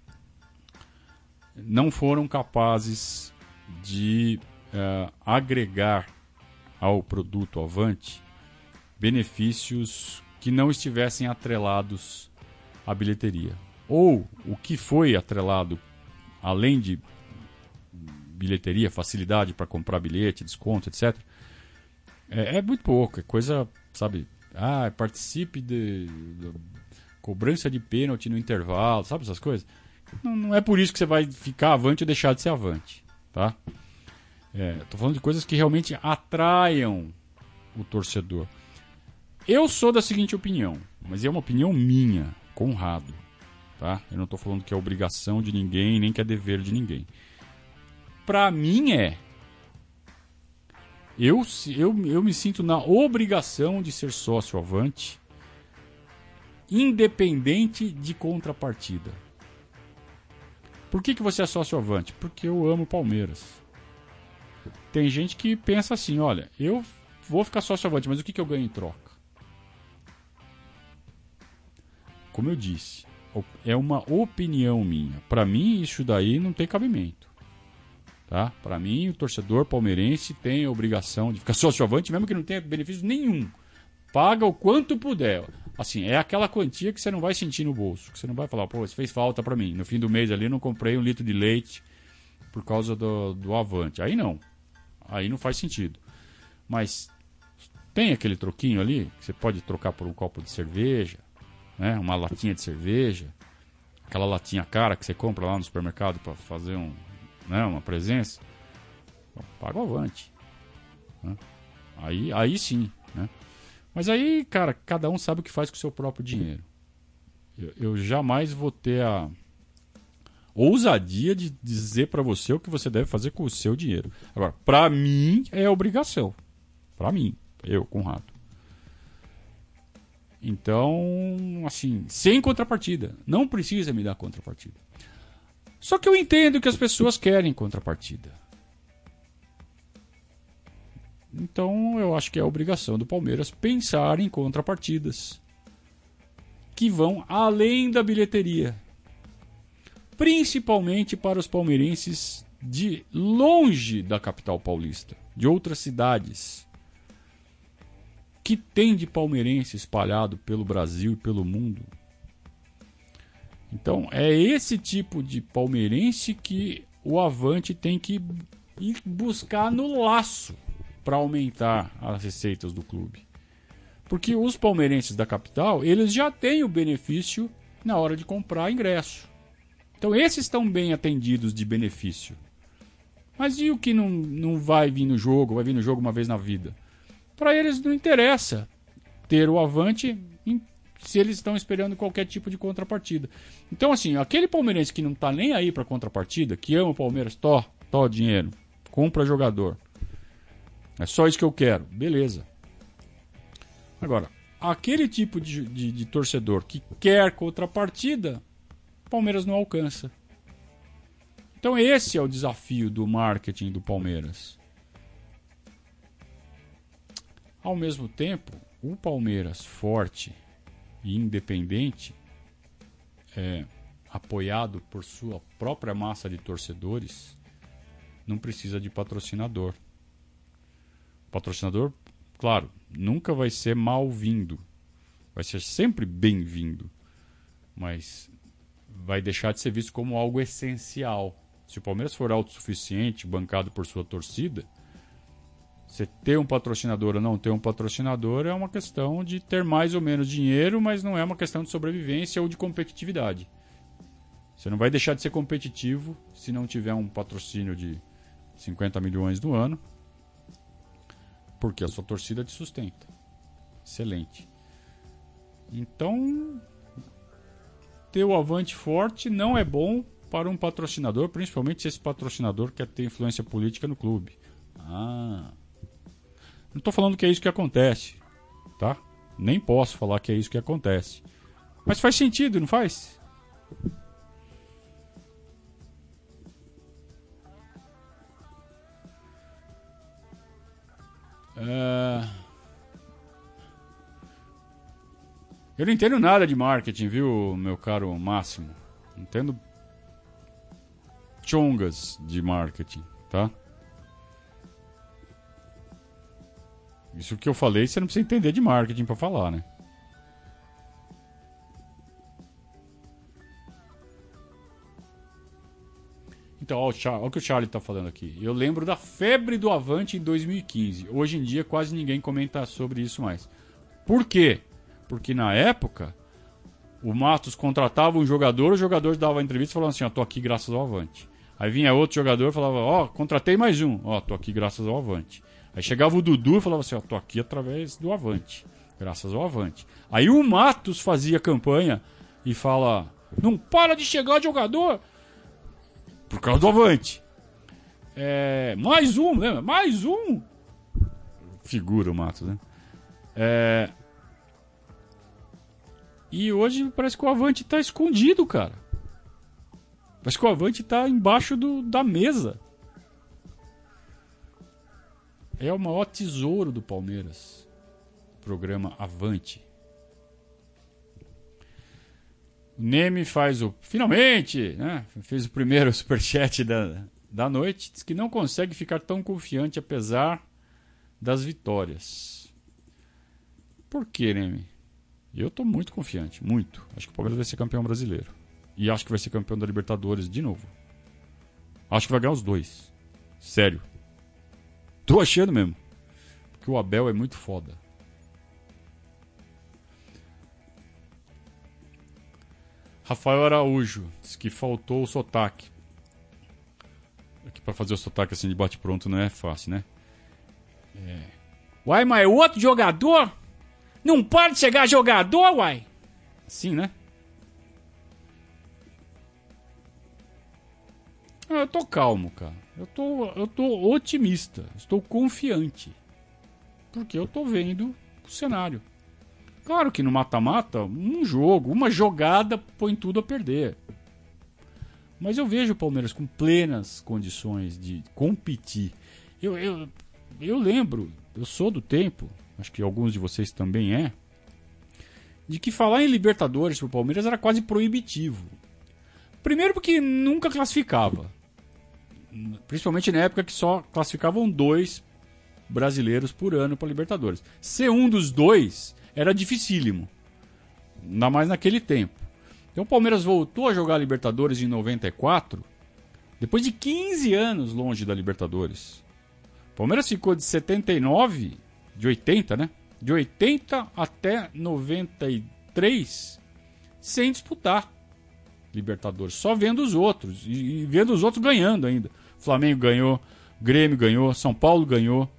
não foram capazes de uh, agregar ao produto Avante benefícios que não estivessem atrelados à bilheteria. Ou o que foi atrelado, além de bilheteria, facilidade para comprar bilhete, desconto, etcétera, É, é muito pouco, é coisa, sabe? Ah, participe de, de cobrança de pênalti no intervalo, sabe essas coisas? Não, não é por isso que você vai ficar avante ou deixar de ser avante, tá? É, tô falando de coisas que realmente atraiam o torcedor. Eu sou da seguinte opinião, mas é uma opinião minha, Conrado, tá? Eu não tô falando que é obrigação de ninguém, nem que é dever de ninguém. Pra mim é... Eu, eu, eu me sinto na obrigação de ser sócio Avante, independente de contrapartida. Por que, que você é sócio Avante? Porque eu amo Palmeiras. Tem gente que pensa assim, olha, eu vou ficar sócio Avante, mas o que, que eu ganho em troca? Como eu disse, é uma opinião minha. Para mim, isso daí não tem cabimento. Tá? Para mim, o torcedor palmeirense tem a obrigação de ficar sócio-avante, mesmo que não tenha benefício nenhum. Paga o quanto puder. Assim, é aquela quantia que você não vai sentir no bolso. Que você não vai falar, pô, isso fez falta para mim. No fim do mês ali eu não comprei um litro de leite por causa do, do Avante. Aí não. Aí não faz sentido. Mas tem aquele troquinho ali, que você pode trocar por um copo de cerveja, né? Uma latinha de cerveja. Aquela latinha cara que você compra lá no supermercado para fazer um... Né, uma presença, paga o Avante, né? aí, aí sim, né? Mas aí, cara, cada um sabe o que faz com o seu próprio dinheiro. Eu, eu jamais vou ter a ousadia de dizer pra você o que você deve fazer com o seu dinheiro. Agora, pra mim é obrigação, pra mim, eu, Conrado. Então, assim, sem contrapartida, não precisa me dar contrapartida. Só que eu entendo que as pessoas querem contrapartida. Então eu acho que é a obrigação do Palmeiras pensar em contrapartidas que vão além da bilheteria. Principalmente para os palmeirenses de longe da capital paulista, de outras cidades. Que tem de palmeirense espalhado pelo Brasil e pelo mundo. Então, é esse tipo de palmeirense que o Avante tem que ir buscar no laço para aumentar as receitas do clube. Porque os palmeirenses da capital, eles já têm o benefício na hora de comprar ingresso. Então, esses estão bem atendidos de benefício. Mas e o que não, não vai vir no jogo, vai vir no jogo uma vez na vida? Para eles não interessa ter o Avante em se eles estão esperando qualquer tipo de contrapartida. Então, assim, aquele palmeirense que não tá nem aí pra contrapartida, que ama o Palmeiras, tó, tó dinheiro, compra jogador. É só isso que eu quero. Beleza. Agora, aquele tipo de, de, de torcedor que quer contrapartida, o Palmeiras não alcança. Então, esse é o desafio do marketing do Palmeiras. Ao mesmo tempo, o Palmeiras forte e independente, é, apoiado por sua própria massa de torcedores, não precisa de patrocinador. O patrocinador, claro, nunca vai ser mal-vindo, vai ser sempre bem-vindo, mas vai deixar de ser visto como algo essencial. Se o Palmeiras for autossuficiente, bancado por sua torcida, você ter um patrocinador ou não ter um patrocinador é uma questão de ter mais ou menos dinheiro, mas não é uma questão de sobrevivência ou de competitividade. Você não vai deixar de ser competitivo se não tiver um patrocínio de cinquenta milhões no ano, porque a sua torcida te sustenta. Excelente. Então, ter o Avante forte não é bom para um patrocinador, principalmente se esse patrocinador quer ter influência política no clube. Ah... Não estou falando que é isso que acontece, tá? Nem posso falar que é isso que acontece. Mas faz sentido, não faz? É... Eu não entendo nada de marketing, viu, meu caro Máximo? Não entendo chongas de marketing, tá? Isso que eu falei, você não precisa entender de marketing para falar, né? Então, olha o, Char- olha o que o Charlie está falando aqui. Eu lembro da febre do Avante em dois mil e quinze. Hoje em dia quase ninguém comenta sobre isso mais. Por quê? Porque na época o Matos contratava um jogador, o jogador dava entrevista e falava assim, ó, tô aqui graças ao Avante. Aí vinha outro jogador e falava, ó, contratei mais um, ó, tô aqui graças ao Avante. Aí chegava o Dudu e falava assim, ó, tô aqui através do Avante, graças ao Avante. Aí o Matos fazia campanha e fala, não para de chegar jogador por causa do Avante. É, mais um, lembra? Mais um. Figura o Matos, né? É... E hoje parece que o Avante tá escondido, cara. Parece que o Avante tá embaixo do, da mesa. É o maior tesouro do Palmeiras. Programa Avante. O Neme faz o... Finalmente! Né? Fez o primeiro superchat da, da noite diz que não consegue ficar tão confiante apesar das vitórias. Por quê, né? Eu tô muito confiante, muito. Acho que o Palmeiras vai ser campeão brasileiro. E acho que vai ser campeão da Libertadores de novo. Acho que vai ganhar os dois. Sério. Tô achando mesmo. Porque o Abel é muito foda. Rafael Araújo diz que faltou o sotaque. Aqui pra fazer o sotaque assim de bate-pronto não é fácil, né? É. Uai, mas o outro jogador? Não pode chegar jogador, uai? Assim, né? Eu tô calmo, cara. Eu tô, eu tô otimista. Estou confiante. Porque eu tô vendo o cenário. Claro que no mata-mata, um jogo, uma jogada põe tudo a perder. Mas eu vejo o Palmeiras com plenas condições de competir. Eu, eu, eu lembro, eu sou do tempo, acho que alguns de vocês também é, de que falar em Libertadores pro Palmeiras era quase proibitivo. Primeiro porque nunca classificava. Principalmente na época que só classificavam dois brasileiros por ano para Libertadores. Ser um dos dois era dificílimo. Ainda mais naquele tempo. Então o Palmeiras voltou a jogar a Libertadores em noventa e quatro, depois de quinze anos longe da Libertadores. O Palmeiras ficou de setenta e nove, de oitenta, né? De oitenta até noventa e três sem disputar Libertadores, só vendo os outros e vendo os outros ganhando ainda. Flamengo ganhou, Grêmio ganhou, São Paulo ganhou.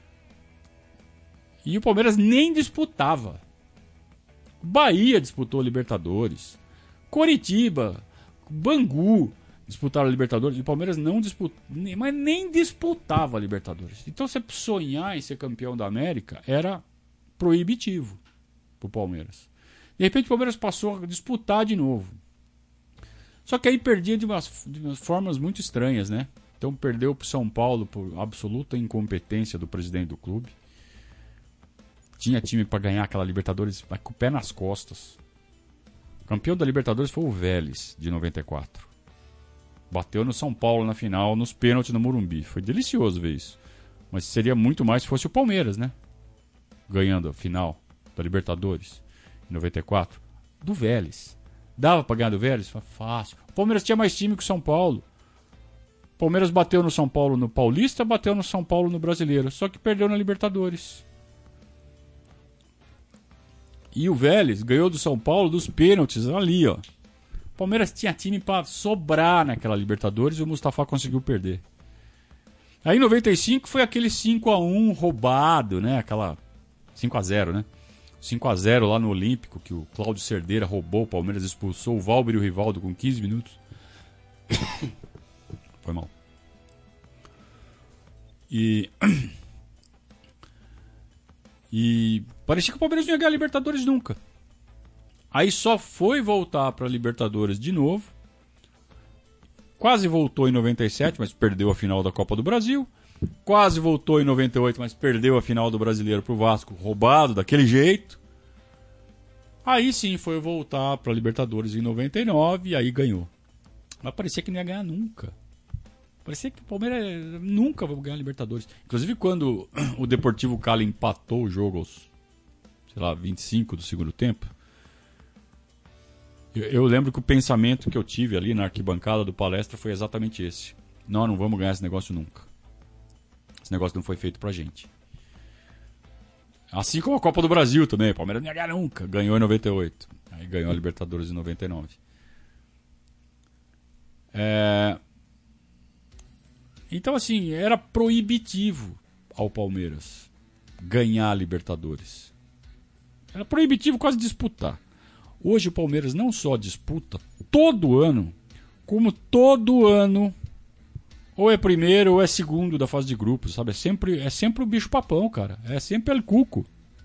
E o Palmeiras nem disputava. Bahia disputou Libertadores. Coritiba, Bangu disputaram a Libertadores. E o Palmeiras não disputava, mas nem disputava a Libertadores. Então, você sonhar em ser campeão da América era proibitivo pro Palmeiras. De repente, o Palmeiras passou a disputar de novo. Só que aí perdia de umas, de umas formas muito estranhas, né? Então, perdeu pro São Paulo por absoluta incompetência do presidente do clube. Tinha time para ganhar aquela Libertadores, mas com o pé nas costas. O campeão da Libertadores foi o Vélez, de noventa e quatro. Bateu no São Paulo na final, nos pênaltis no Morumbi. Foi delicioso ver isso. Mas seria muito mais se fosse o Palmeiras, né? Ganhando a final da Libertadores, em noventa e quatro. Do Vélez. Dava pra ganhar do Vélez? Foi fácil. O Palmeiras tinha mais time que o São Paulo. O Palmeiras bateu no São Paulo no Paulista, bateu no São Paulo no Brasileiro. Só que perdeu na Libertadores. E o Vélez ganhou do São Paulo dos pênaltis ali, ó. O Palmeiras tinha time pra sobrar naquela Libertadores e o Mustafa conseguiu perder. Aí em noventa e cinco foi aquele cinco a um roubado, né? Aquela cinco a zero, né? cinco a zero lá no Olímpico, que o Cláudio Cerdeira roubou, o Palmeiras expulsou o Valber e o Rivaldo com quinze minutos. Foi mal. E... E parecia que o Palmeiras não ia ganhar a Libertadores nunca. Aí só foi voltar para a Libertadores de novo. Quase voltou em noventa e sete, mas perdeu a final da Copa do Brasil. Quase voltou em noventa e oito, mas perdeu a final do Brasileiro pro Vasco, roubado daquele jeito. Aí sim foi voltar para a Libertadores em noventa e nove e aí ganhou. Mas parecia que não ia ganhar nunca. Parecia que o Palmeiras nunca vai ganhar a Libertadores. Inclusive quando o Deportivo Cali empatou o jogo aos, sei lá, vinte e cinco do segundo tempo, eu, eu lembro que o pensamento que eu tive ali na arquibancada do Palestra foi exatamente esse. Não, não vamos ganhar esse negócio nunca. Esse negócio não foi feito pra gente. Assim como a Copa do Brasil também. O Palmeiras não ia ganhar nunca. Ganhou em noventa e oito. Aí ganhou a Libertadores em noventa e nove. É... Então, assim, era proibitivo ao Palmeiras ganhar a Libertadores. Era proibitivo quase disputar. Hoje o Palmeiras não só disputa todo ano, como todo ano ou é primeiro ou é segundo da fase de grupos, sabe? É sempre, é sempre o bicho-papão, cara. É sempre el cuco.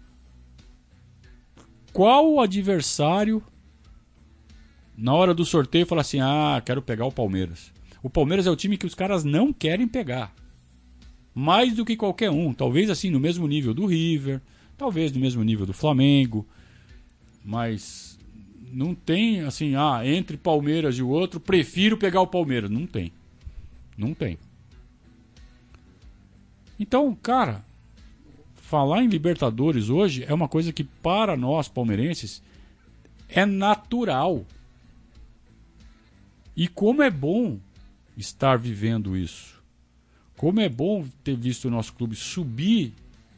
Qual o adversário na hora do sorteio fala assim, ah, quero pegar o Palmeiras? O Palmeiras é o time que os caras não querem pegar. Mais do que qualquer um. Talvez assim no mesmo nível do River. Talvez no mesmo nível do Flamengo. Mas não tem assim, ah, entre Palmeiras e o outro, prefiro pegar o Palmeiras. Não tem. Não tem. Então, cara, falar em Libertadores hoje é uma coisa que para nós palmeirenses é natural. E como é bom estar vivendo isso. Como é bom ter visto o nosso clube subir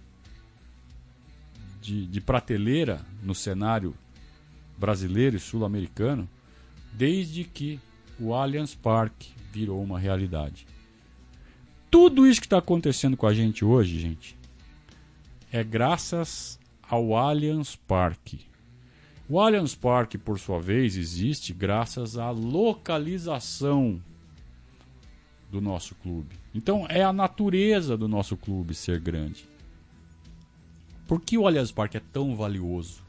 de, de prateleira no cenário brasileiro e sul-americano, desde que o Allianz Parque virou uma realidade. Tudo isso que está acontecendo com a gente hoje, gente, é graças ao Allianz Parque. O Allianz Parque, por sua vez, existe graças à localização do nosso clube. Então, é a natureza do nosso clube ser grande. Por que o Allianz Parque é tão valioso?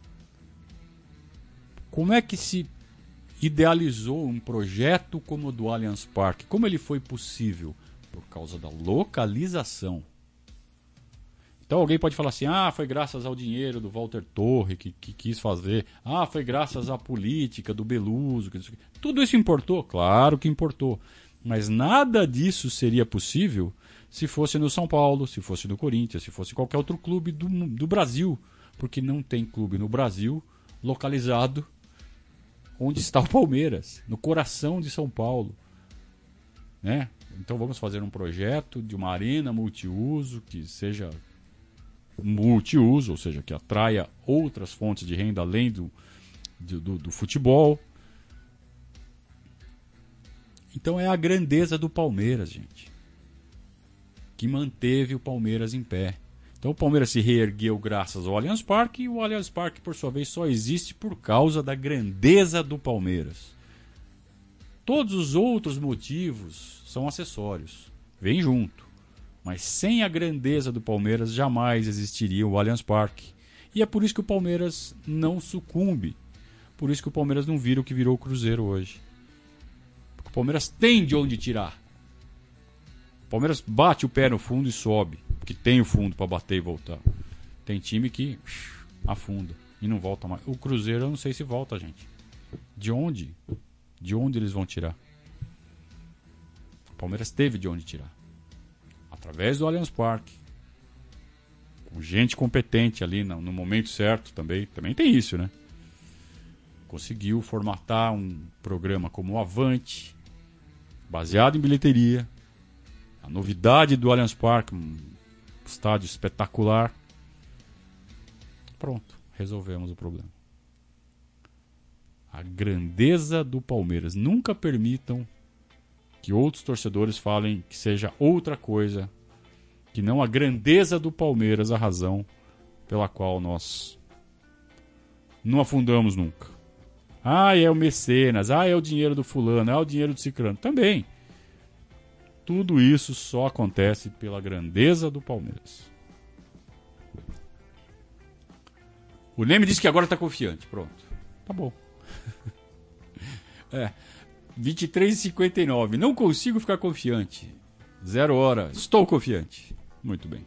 Como é que se idealizou um projeto como o do Allianz Parque? Como ele foi possível? Por causa da localização. Então alguém pode falar assim, ah, foi graças ao dinheiro do Walter Torre que, que quis fazer, ah, foi graças à política do Beluso, que... tudo isso importou? Claro que importou, mas nada disso seria possível se fosse no São Paulo, se fosse no Corinthians, se fosse qualquer outro clube do, do Brasil, porque não tem clube no Brasil localizado onde está o Palmeiras, no coração de São Paulo, né? Então vamos fazer um projeto de uma arena multiuso que seja multiuso, ou seja, que atraia outras fontes de renda além do, do, do futebol. Então é a grandeza do Palmeiras, gente, que manteve o Palmeiras em pé. Então o Palmeiras se reergueu graças ao Allianz Parque, e o Allianz Parque, por sua vez, só existe por causa da grandeza do Palmeiras. Todos os outros motivos são acessórios, vêm junto. Mas sem a grandeza do Palmeiras jamais existiria o Allianz Parque. E é por isso que o Palmeiras não sucumbe. Por isso que o Palmeiras não vira o que virou o Cruzeiro hoje. Porque o Palmeiras tem de onde tirar. O Palmeiras bate o pé no fundo e sobe, porque tem o fundo para bater e voltar. Tem time que afunda e não volta mais. O Cruzeiro eu não sei se volta, gente. De onde? De onde eles vão tirar? O Palmeiras teve de onde tirar. Através do Allianz Parque. Com gente competente ali no, no momento certo também. Também tem isso, né? Conseguiu formatar um programa como o Avante, baseado em bilheteria. A novidade do Allianz Parque, um estádio espetacular. Pronto, resolvemos o problema. A grandeza do Palmeiras. Nunca permitam que outros torcedores falem que seja outra coisa que não a grandeza do Palmeiras a razão pela qual nós não afundamos nunca. Ah, é o mecenas, ah, é o dinheiro do fulano, é o dinheiro do ciclano. Também. Tudo isso só acontece pela grandeza do Palmeiras. O Neme disse que agora está confiante. Pronto. Tá bom. É. vinte e três e cinquenta e nove. Não consigo ficar confiante. Zero hora. Estou confiante. Muito bem.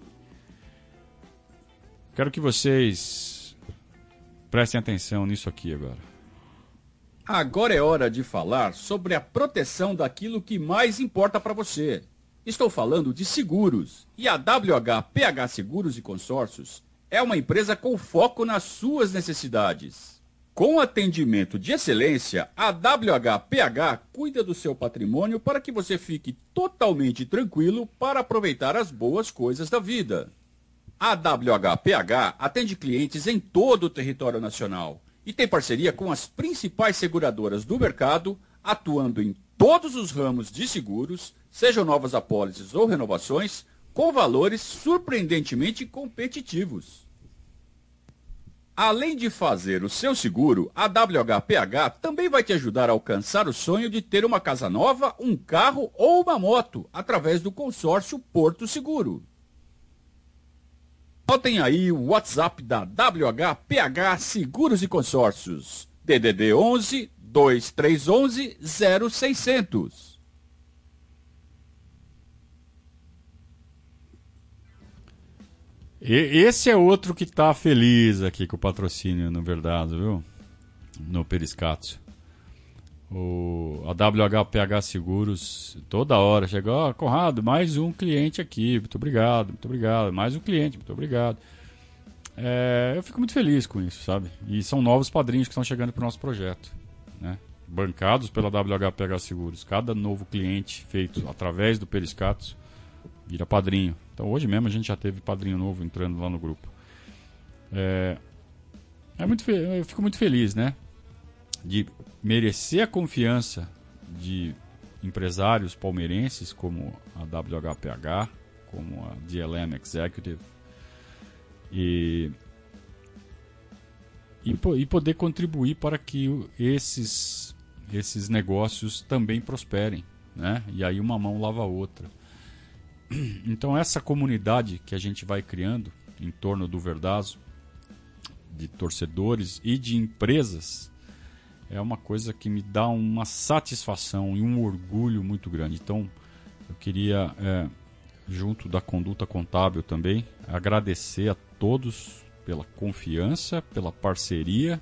Quero que vocês prestem atenção nisso aqui agora. Agora é hora de falar sobre a proteção daquilo que mais importa para você. Estou falando de seguros. E a W H P H Seguros e Consórcios é uma empresa com foco nas suas necessidades. Com atendimento de excelência, a W H P H cuida do seu patrimônio para que você fique totalmente tranquilo para aproveitar as boas coisas da vida. A W H P H atende clientes em todo o território nacional e tem parceria com as principais seguradoras do mercado, atuando em todos os ramos de seguros, sejam novas apólices ou renovações, com valores surpreendentemente competitivos. Além de fazer o seu seguro, a W H P H também vai te ajudar a alcançar o sonho de ter uma casa nova, um carro ou uma moto, através do consórcio Porto Seguro. Anotem aí o WhatsApp da W H P H Seguros e Consórcios, D D D onze, dois três um um, zero seis zero zero. E esse é outro que tá feliz aqui com o patrocínio, na verdade, viu? No Periscatio. O, a W H P H Seguros, toda hora chega, ó, oh, Conrado, mais um cliente aqui, muito obrigado, muito obrigado, mais um cliente, muito obrigado. É, eu fico muito feliz com isso, sabe? E são novos padrinhos que estão chegando para o nosso projeto, né? Bancados pela W H P H Seguros. Cada novo cliente feito através do Periscatos vira padrinho. Então hoje mesmo a gente já teve padrinho novo entrando lá no grupo. É, é muito, eu fico muito feliz, né? De merecer a confiança de empresários palmeirenses como a W H P H, como a D L M Executive, e, e, e poder contribuir para que esses, esses negócios também prosperem, né? E aí uma mão lava a outra. Então essa comunidade que a gente vai criando em torno do Verdazo, de torcedores e de empresas, é uma coisa que me dá uma satisfação e um orgulho muito grande. Então, eu queria, é, junto da Conduta Contábil também, agradecer a todos pela confiança, pela parceria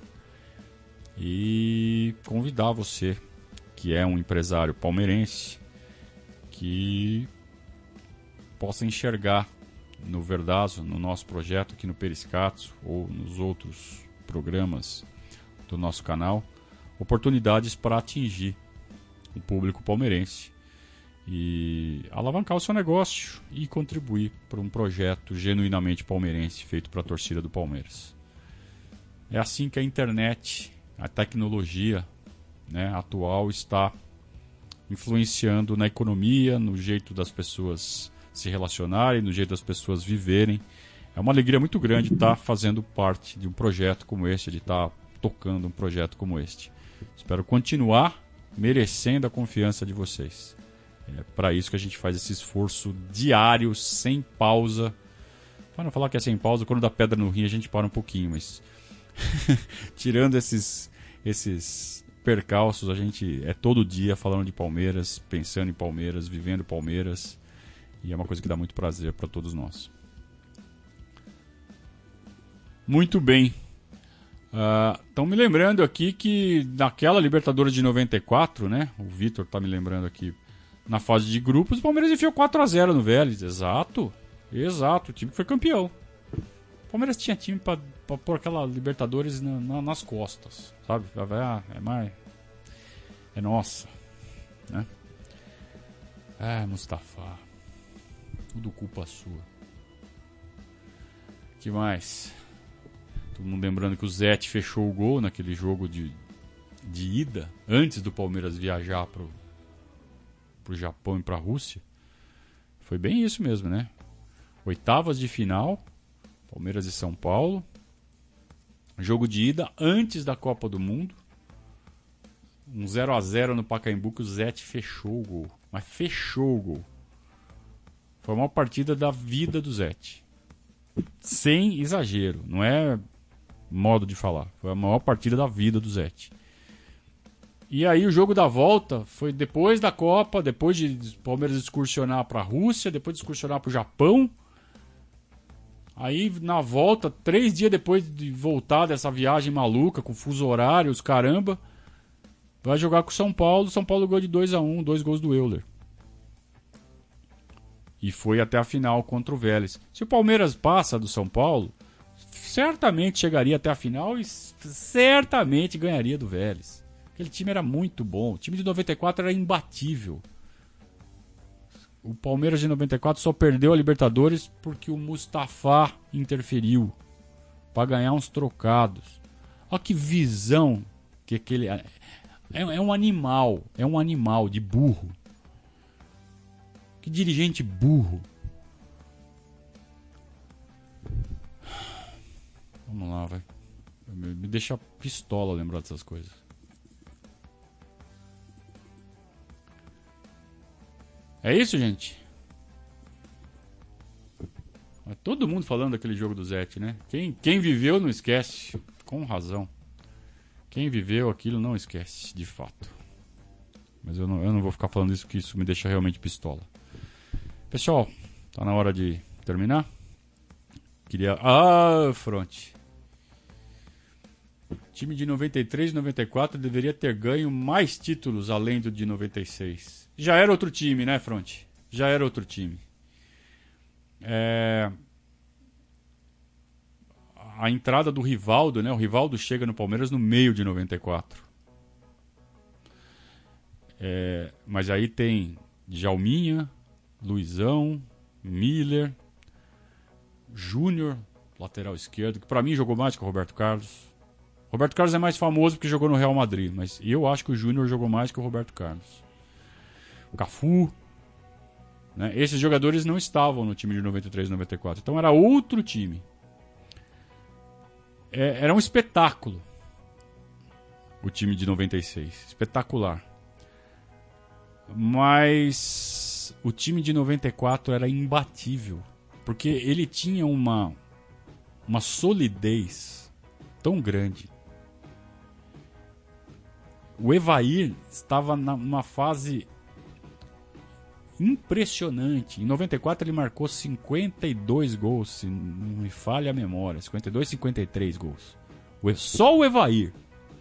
e convidar você, que é um empresário palmeirense, que possa enxergar no Verdazo, no nosso projeto aqui no Periscatos ou nos outros programas do nosso canal, oportunidades para atingir o público palmeirense e alavancar o seu negócio e contribuir para um projeto genuinamente palmeirense feito para a torcida do Palmeiras. É assim que a internet, a tecnologia, né, atual está influenciando na economia, no jeito das pessoas se relacionarem, no jeito das pessoas viverem. É uma alegria muito grande estar fazendo parte de um projeto como este, de estar tocando um projeto como este. Espero continuar merecendo a confiança de vocês. É para isso que a gente faz esse esforço diário, sem pausa. Para não falar que é sem pausa, quando dá pedra no rim a gente para um pouquinho, mas tirando esses, esses percalços, a gente é todo dia falando de Palmeiras, pensando em Palmeiras, vivendo Palmeiras, e é uma coisa que dá muito prazer para todos nós. Muito bem. Estão uh, me lembrando aqui que naquela Libertadores de noventa e quatro, né? O Vitor está me lembrando aqui, na fase de grupos, o Palmeiras enfiou quatro a zero no Vélez. Exato, exato, o time que foi campeão. O Palmeiras tinha time para pôr aquela Libertadores na, na, nas costas, sabe? Ah, é mais... é nossa, né? Ah, Mustafa, tudo culpa sua. Que mais? Todo mundo lembrando que o Zete fechou o gol naquele jogo de, de ida, antes do Palmeiras viajar pro, pro Japão e pra Rússia. Foi bem isso mesmo, né? Oitavas de final, Palmeiras e São Paulo. Jogo de ida antes da Copa do Mundo. Um zero a zero no Pacaembu que o Zete fechou o gol. Mas fechou o gol. Foi a maior partida da vida do Zete. Sem exagero, não é modo de falar. Foi a maior partida da vida do Zete. E aí o jogo da volta foi depois da Copa, depois de o Palmeiras excursionar para a Rússia, depois de excursionar para o Japão. Aí na volta, três dias depois de voltar dessa viagem maluca, com fuso horário, os caramba, vai jogar com o São Paulo. São Paulo ganhou de dois a um, dois gols do Euler. E foi até a final contra o Vélez. Se o Palmeiras passa do São Paulo, certamente chegaria até a final e certamente ganharia do Vélez. Aquele time era muito bom. O time de noventa e quatro era imbatível. O Palmeiras de noventa e quatro só perdeu a Libertadores porque o Mustafa interferiu para ganhar uns trocados. Olha que visão que aquele... É, é um animal. É um animal de burro. Que dirigente burro. Vamos lá, vai. Me deixa pistola lembrar dessas coisas. É isso, gente? É todo mundo falando daquele jogo do Zete, né? Quem, quem viveu não esquece. Com razão. Quem viveu aquilo não esquece, de fato. Mas eu não, eu não vou ficar falando isso, porque isso me deixa realmente pistola. Pessoal, tá na hora de terminar? Queria... Ah, Fronte. O time de noventa e três e noventa e quatro deveria ter ganho mais títulos além do de noventa e seis. Já era outro time, né, Fronte? Já era outro time. É... A entrada do Rivaldo, né? O Rivaldo chega no Palmeiras no meio de noventa e quatro. É... Mas aí tem Djalminha, Luizão, Miller, Júnior, lateral esquerdo, que pra mim jogou mais que o Roberto Carlos. Roberto Carlos é mais famoso porque jogou no Real Madrid, mas eu acho que o Júnior jogou mais que o Roberto Carlos. O Cafu, né? Esses jogadores não estavam no time de noventa e três e noventa e quatro, então era outro time. É, era um espetáculo o time de noventa e seis, espetacular. Mas o time de noventa e quatro era imbatível, porque ele tinha uma, uma solidez tão grande. O Evair estava numa fase impressionante. Em noventa e quatro ele marcou cinquenta e dois gols, se não me falha a memória. cinquenta e dois, cinquenta e três gols. Só o Evair.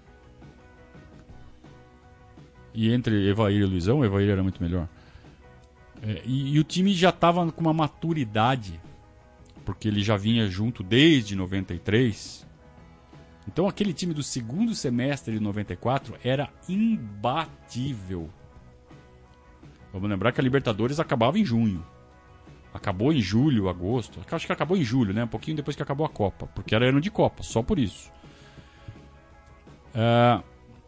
E entre Evair e Luizão, o Evair era muito melhor. É, e, e o time já estava com uma maturidade, porque ele já vinha junto desde noventa e três. Então aquele time do segundo semestre de noventa e quatro era imbatível. Vamos lembrar que a Libertadores acabava em junho. Acabou em julho, agosto. Acho que acabou em julho, né? Um pouquinho depois que acabou a Copa. Porque era ano de Copa, só por isso. Uh...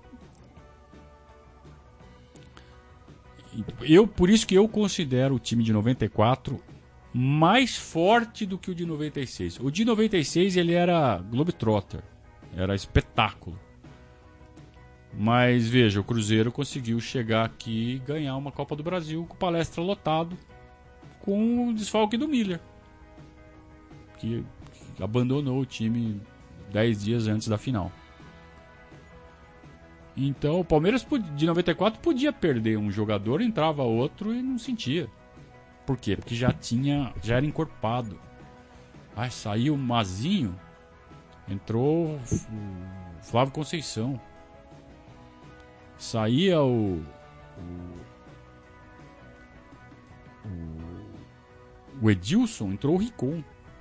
Eu, por isso que eu considero o time de noventa e quatro mais forte do que o de noventa e seis. O de noventa e seis ele era Globetrotter. Era espetáculo. Mas veja, o Cruzeiro conseguiu chegar aqui e ganhar uma Copa do Brasil com palestra lotado, com o desfalque do Miller, que, que abandonou o time dez dias antes da final. Então o Palmeiras de noventa e quatro podia perder um jogador, entrava outro e não sentia. Por quê? Porque já tinha, já era encorpado. Aí saiu o Mazinho, entrou o Flávio Conceição. Saía o, o, o Edilson, entrou o Ricon.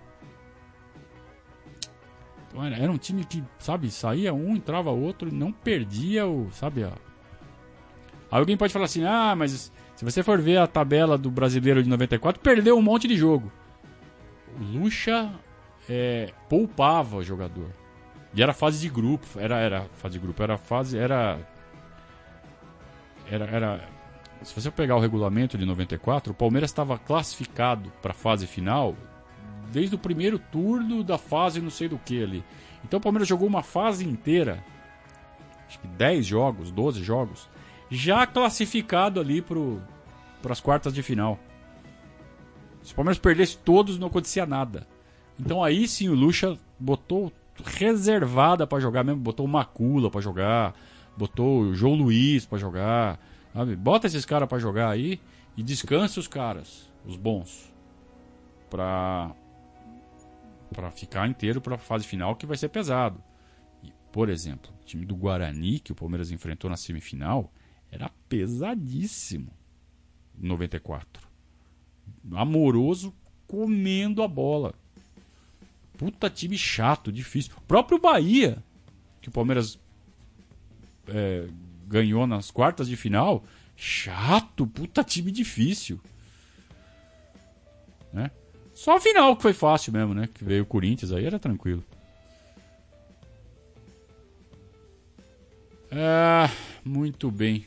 Então era, era um time que, sabe, saía um, entrava outro, não perdia o, sabe, a... Aí alguém pode falar assim, ah, mas se você for ver a tabela do Brasileiro de noventa e quatro, perdeu um monte de jogo. O Lucha é, poupava o jogador. E era fase de grupo, era, era fase de grupo, era fase, era... Era, era, se você pegar o regulamento de noventa e quatro, o Palmeiras estava classificado para a fase final desde o primeiro turno da fase não sei do que ali. Então o Palmeiras jogou uma fase inteira, acho que dez jogos, doze jogos, já classificado ali para as quartas de final. Se o Palmeiras perdesse todos, não acontecia nada. Então aí sim o Lucha botou reservada para jogar mesmo, botou o Macula para jogar, botou o João Luiz pra jogar, sabe? Bota esses caras pra jogar aí e descansa os caras, os bons, pra, pra ficar inteiro pra fase final, que vai ser pesado. E, por exemplo, o time do Guarani, que o Palmeiras enfrentou na semifinal, era pesadíssimo em noventa e quatro. Amoroso, comendo a bola. Puta time chato, difícil. O próprio Bahia, que o Palmeiras É, ganhou nas quartas de final, chato, puta time difícil, né? Só a final que foi fácil mesmo, né? Que veio o Corinthians, aí era tranquilo. Ah, muito bem.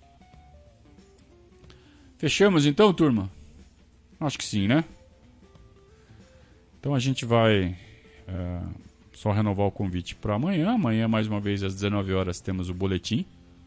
Fechamos então, turma? Acho que sim, né? Então a gente vai é, só renovar o convite para amanhã. Amanhã, mais uma vez, às dezenove horas, temos o boletim.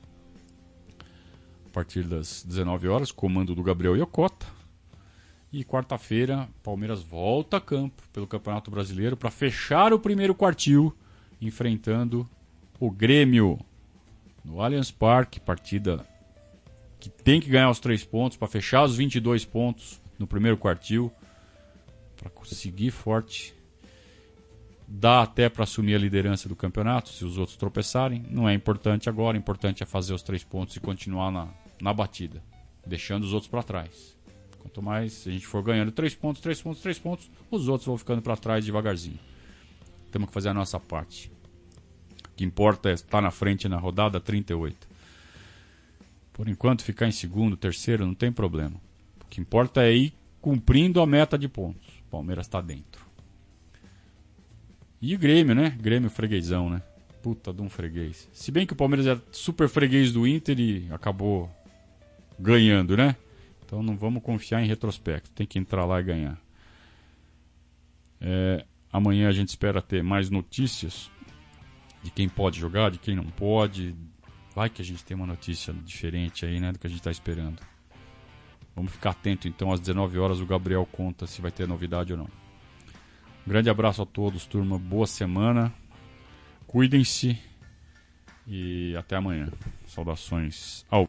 A partir das dezenove horas, comando do Gabriel Iocota. E quarta-feira, Palmeiras volta a campo pelo Campeonato Brasileiro para fechar o primeiro quartil, enfrentando o Grêmio no Allianz Parque. Partida que tem que ganhar os três pontos para fechar os vinte e dois pontos no primeiro quartil, para conseguir forte dá até para assumir a liderança do campeonato, se os outros tropeçarem. Não é importante agora, o importante é fazer os três pontos e continuar na, na batida, deixando os outros para trás. Quanto mais a gente for ganhando três pontos, três pontos, três pontos, os outros vão ficando para trás devagarzinho. Temos que fazer a nossa parte. O que importa é estar na frente na rodada trinta e oito. Por enquanto, ficar em segundo, terceiro, não tem problema. O que importa é ir cumprindo a meta de pontos. O Palmeiras está dentro. E o Grêmio, né? Grêmio freguesão, né? Puta de um freguês. Se bem que o Palmeiras é super freguês do Inter e acabou ganhando, né? Então não vamos confiar em retrospecto. Tem que entrar lá e ganhar. É, amanhã a gente espera ter mais notícias de quem pode jogar, de quem não pode. Vai que a gente tem uma notícia diferente aí, né? Do que a gente está esperando. Vamos ficar atento então, às dezenove horas o Gabriel conta se vai ter novidade ou não. Um grande abraço a todos, turma. Boa semana. Cuidem-se. E até amanhã. Saudações ao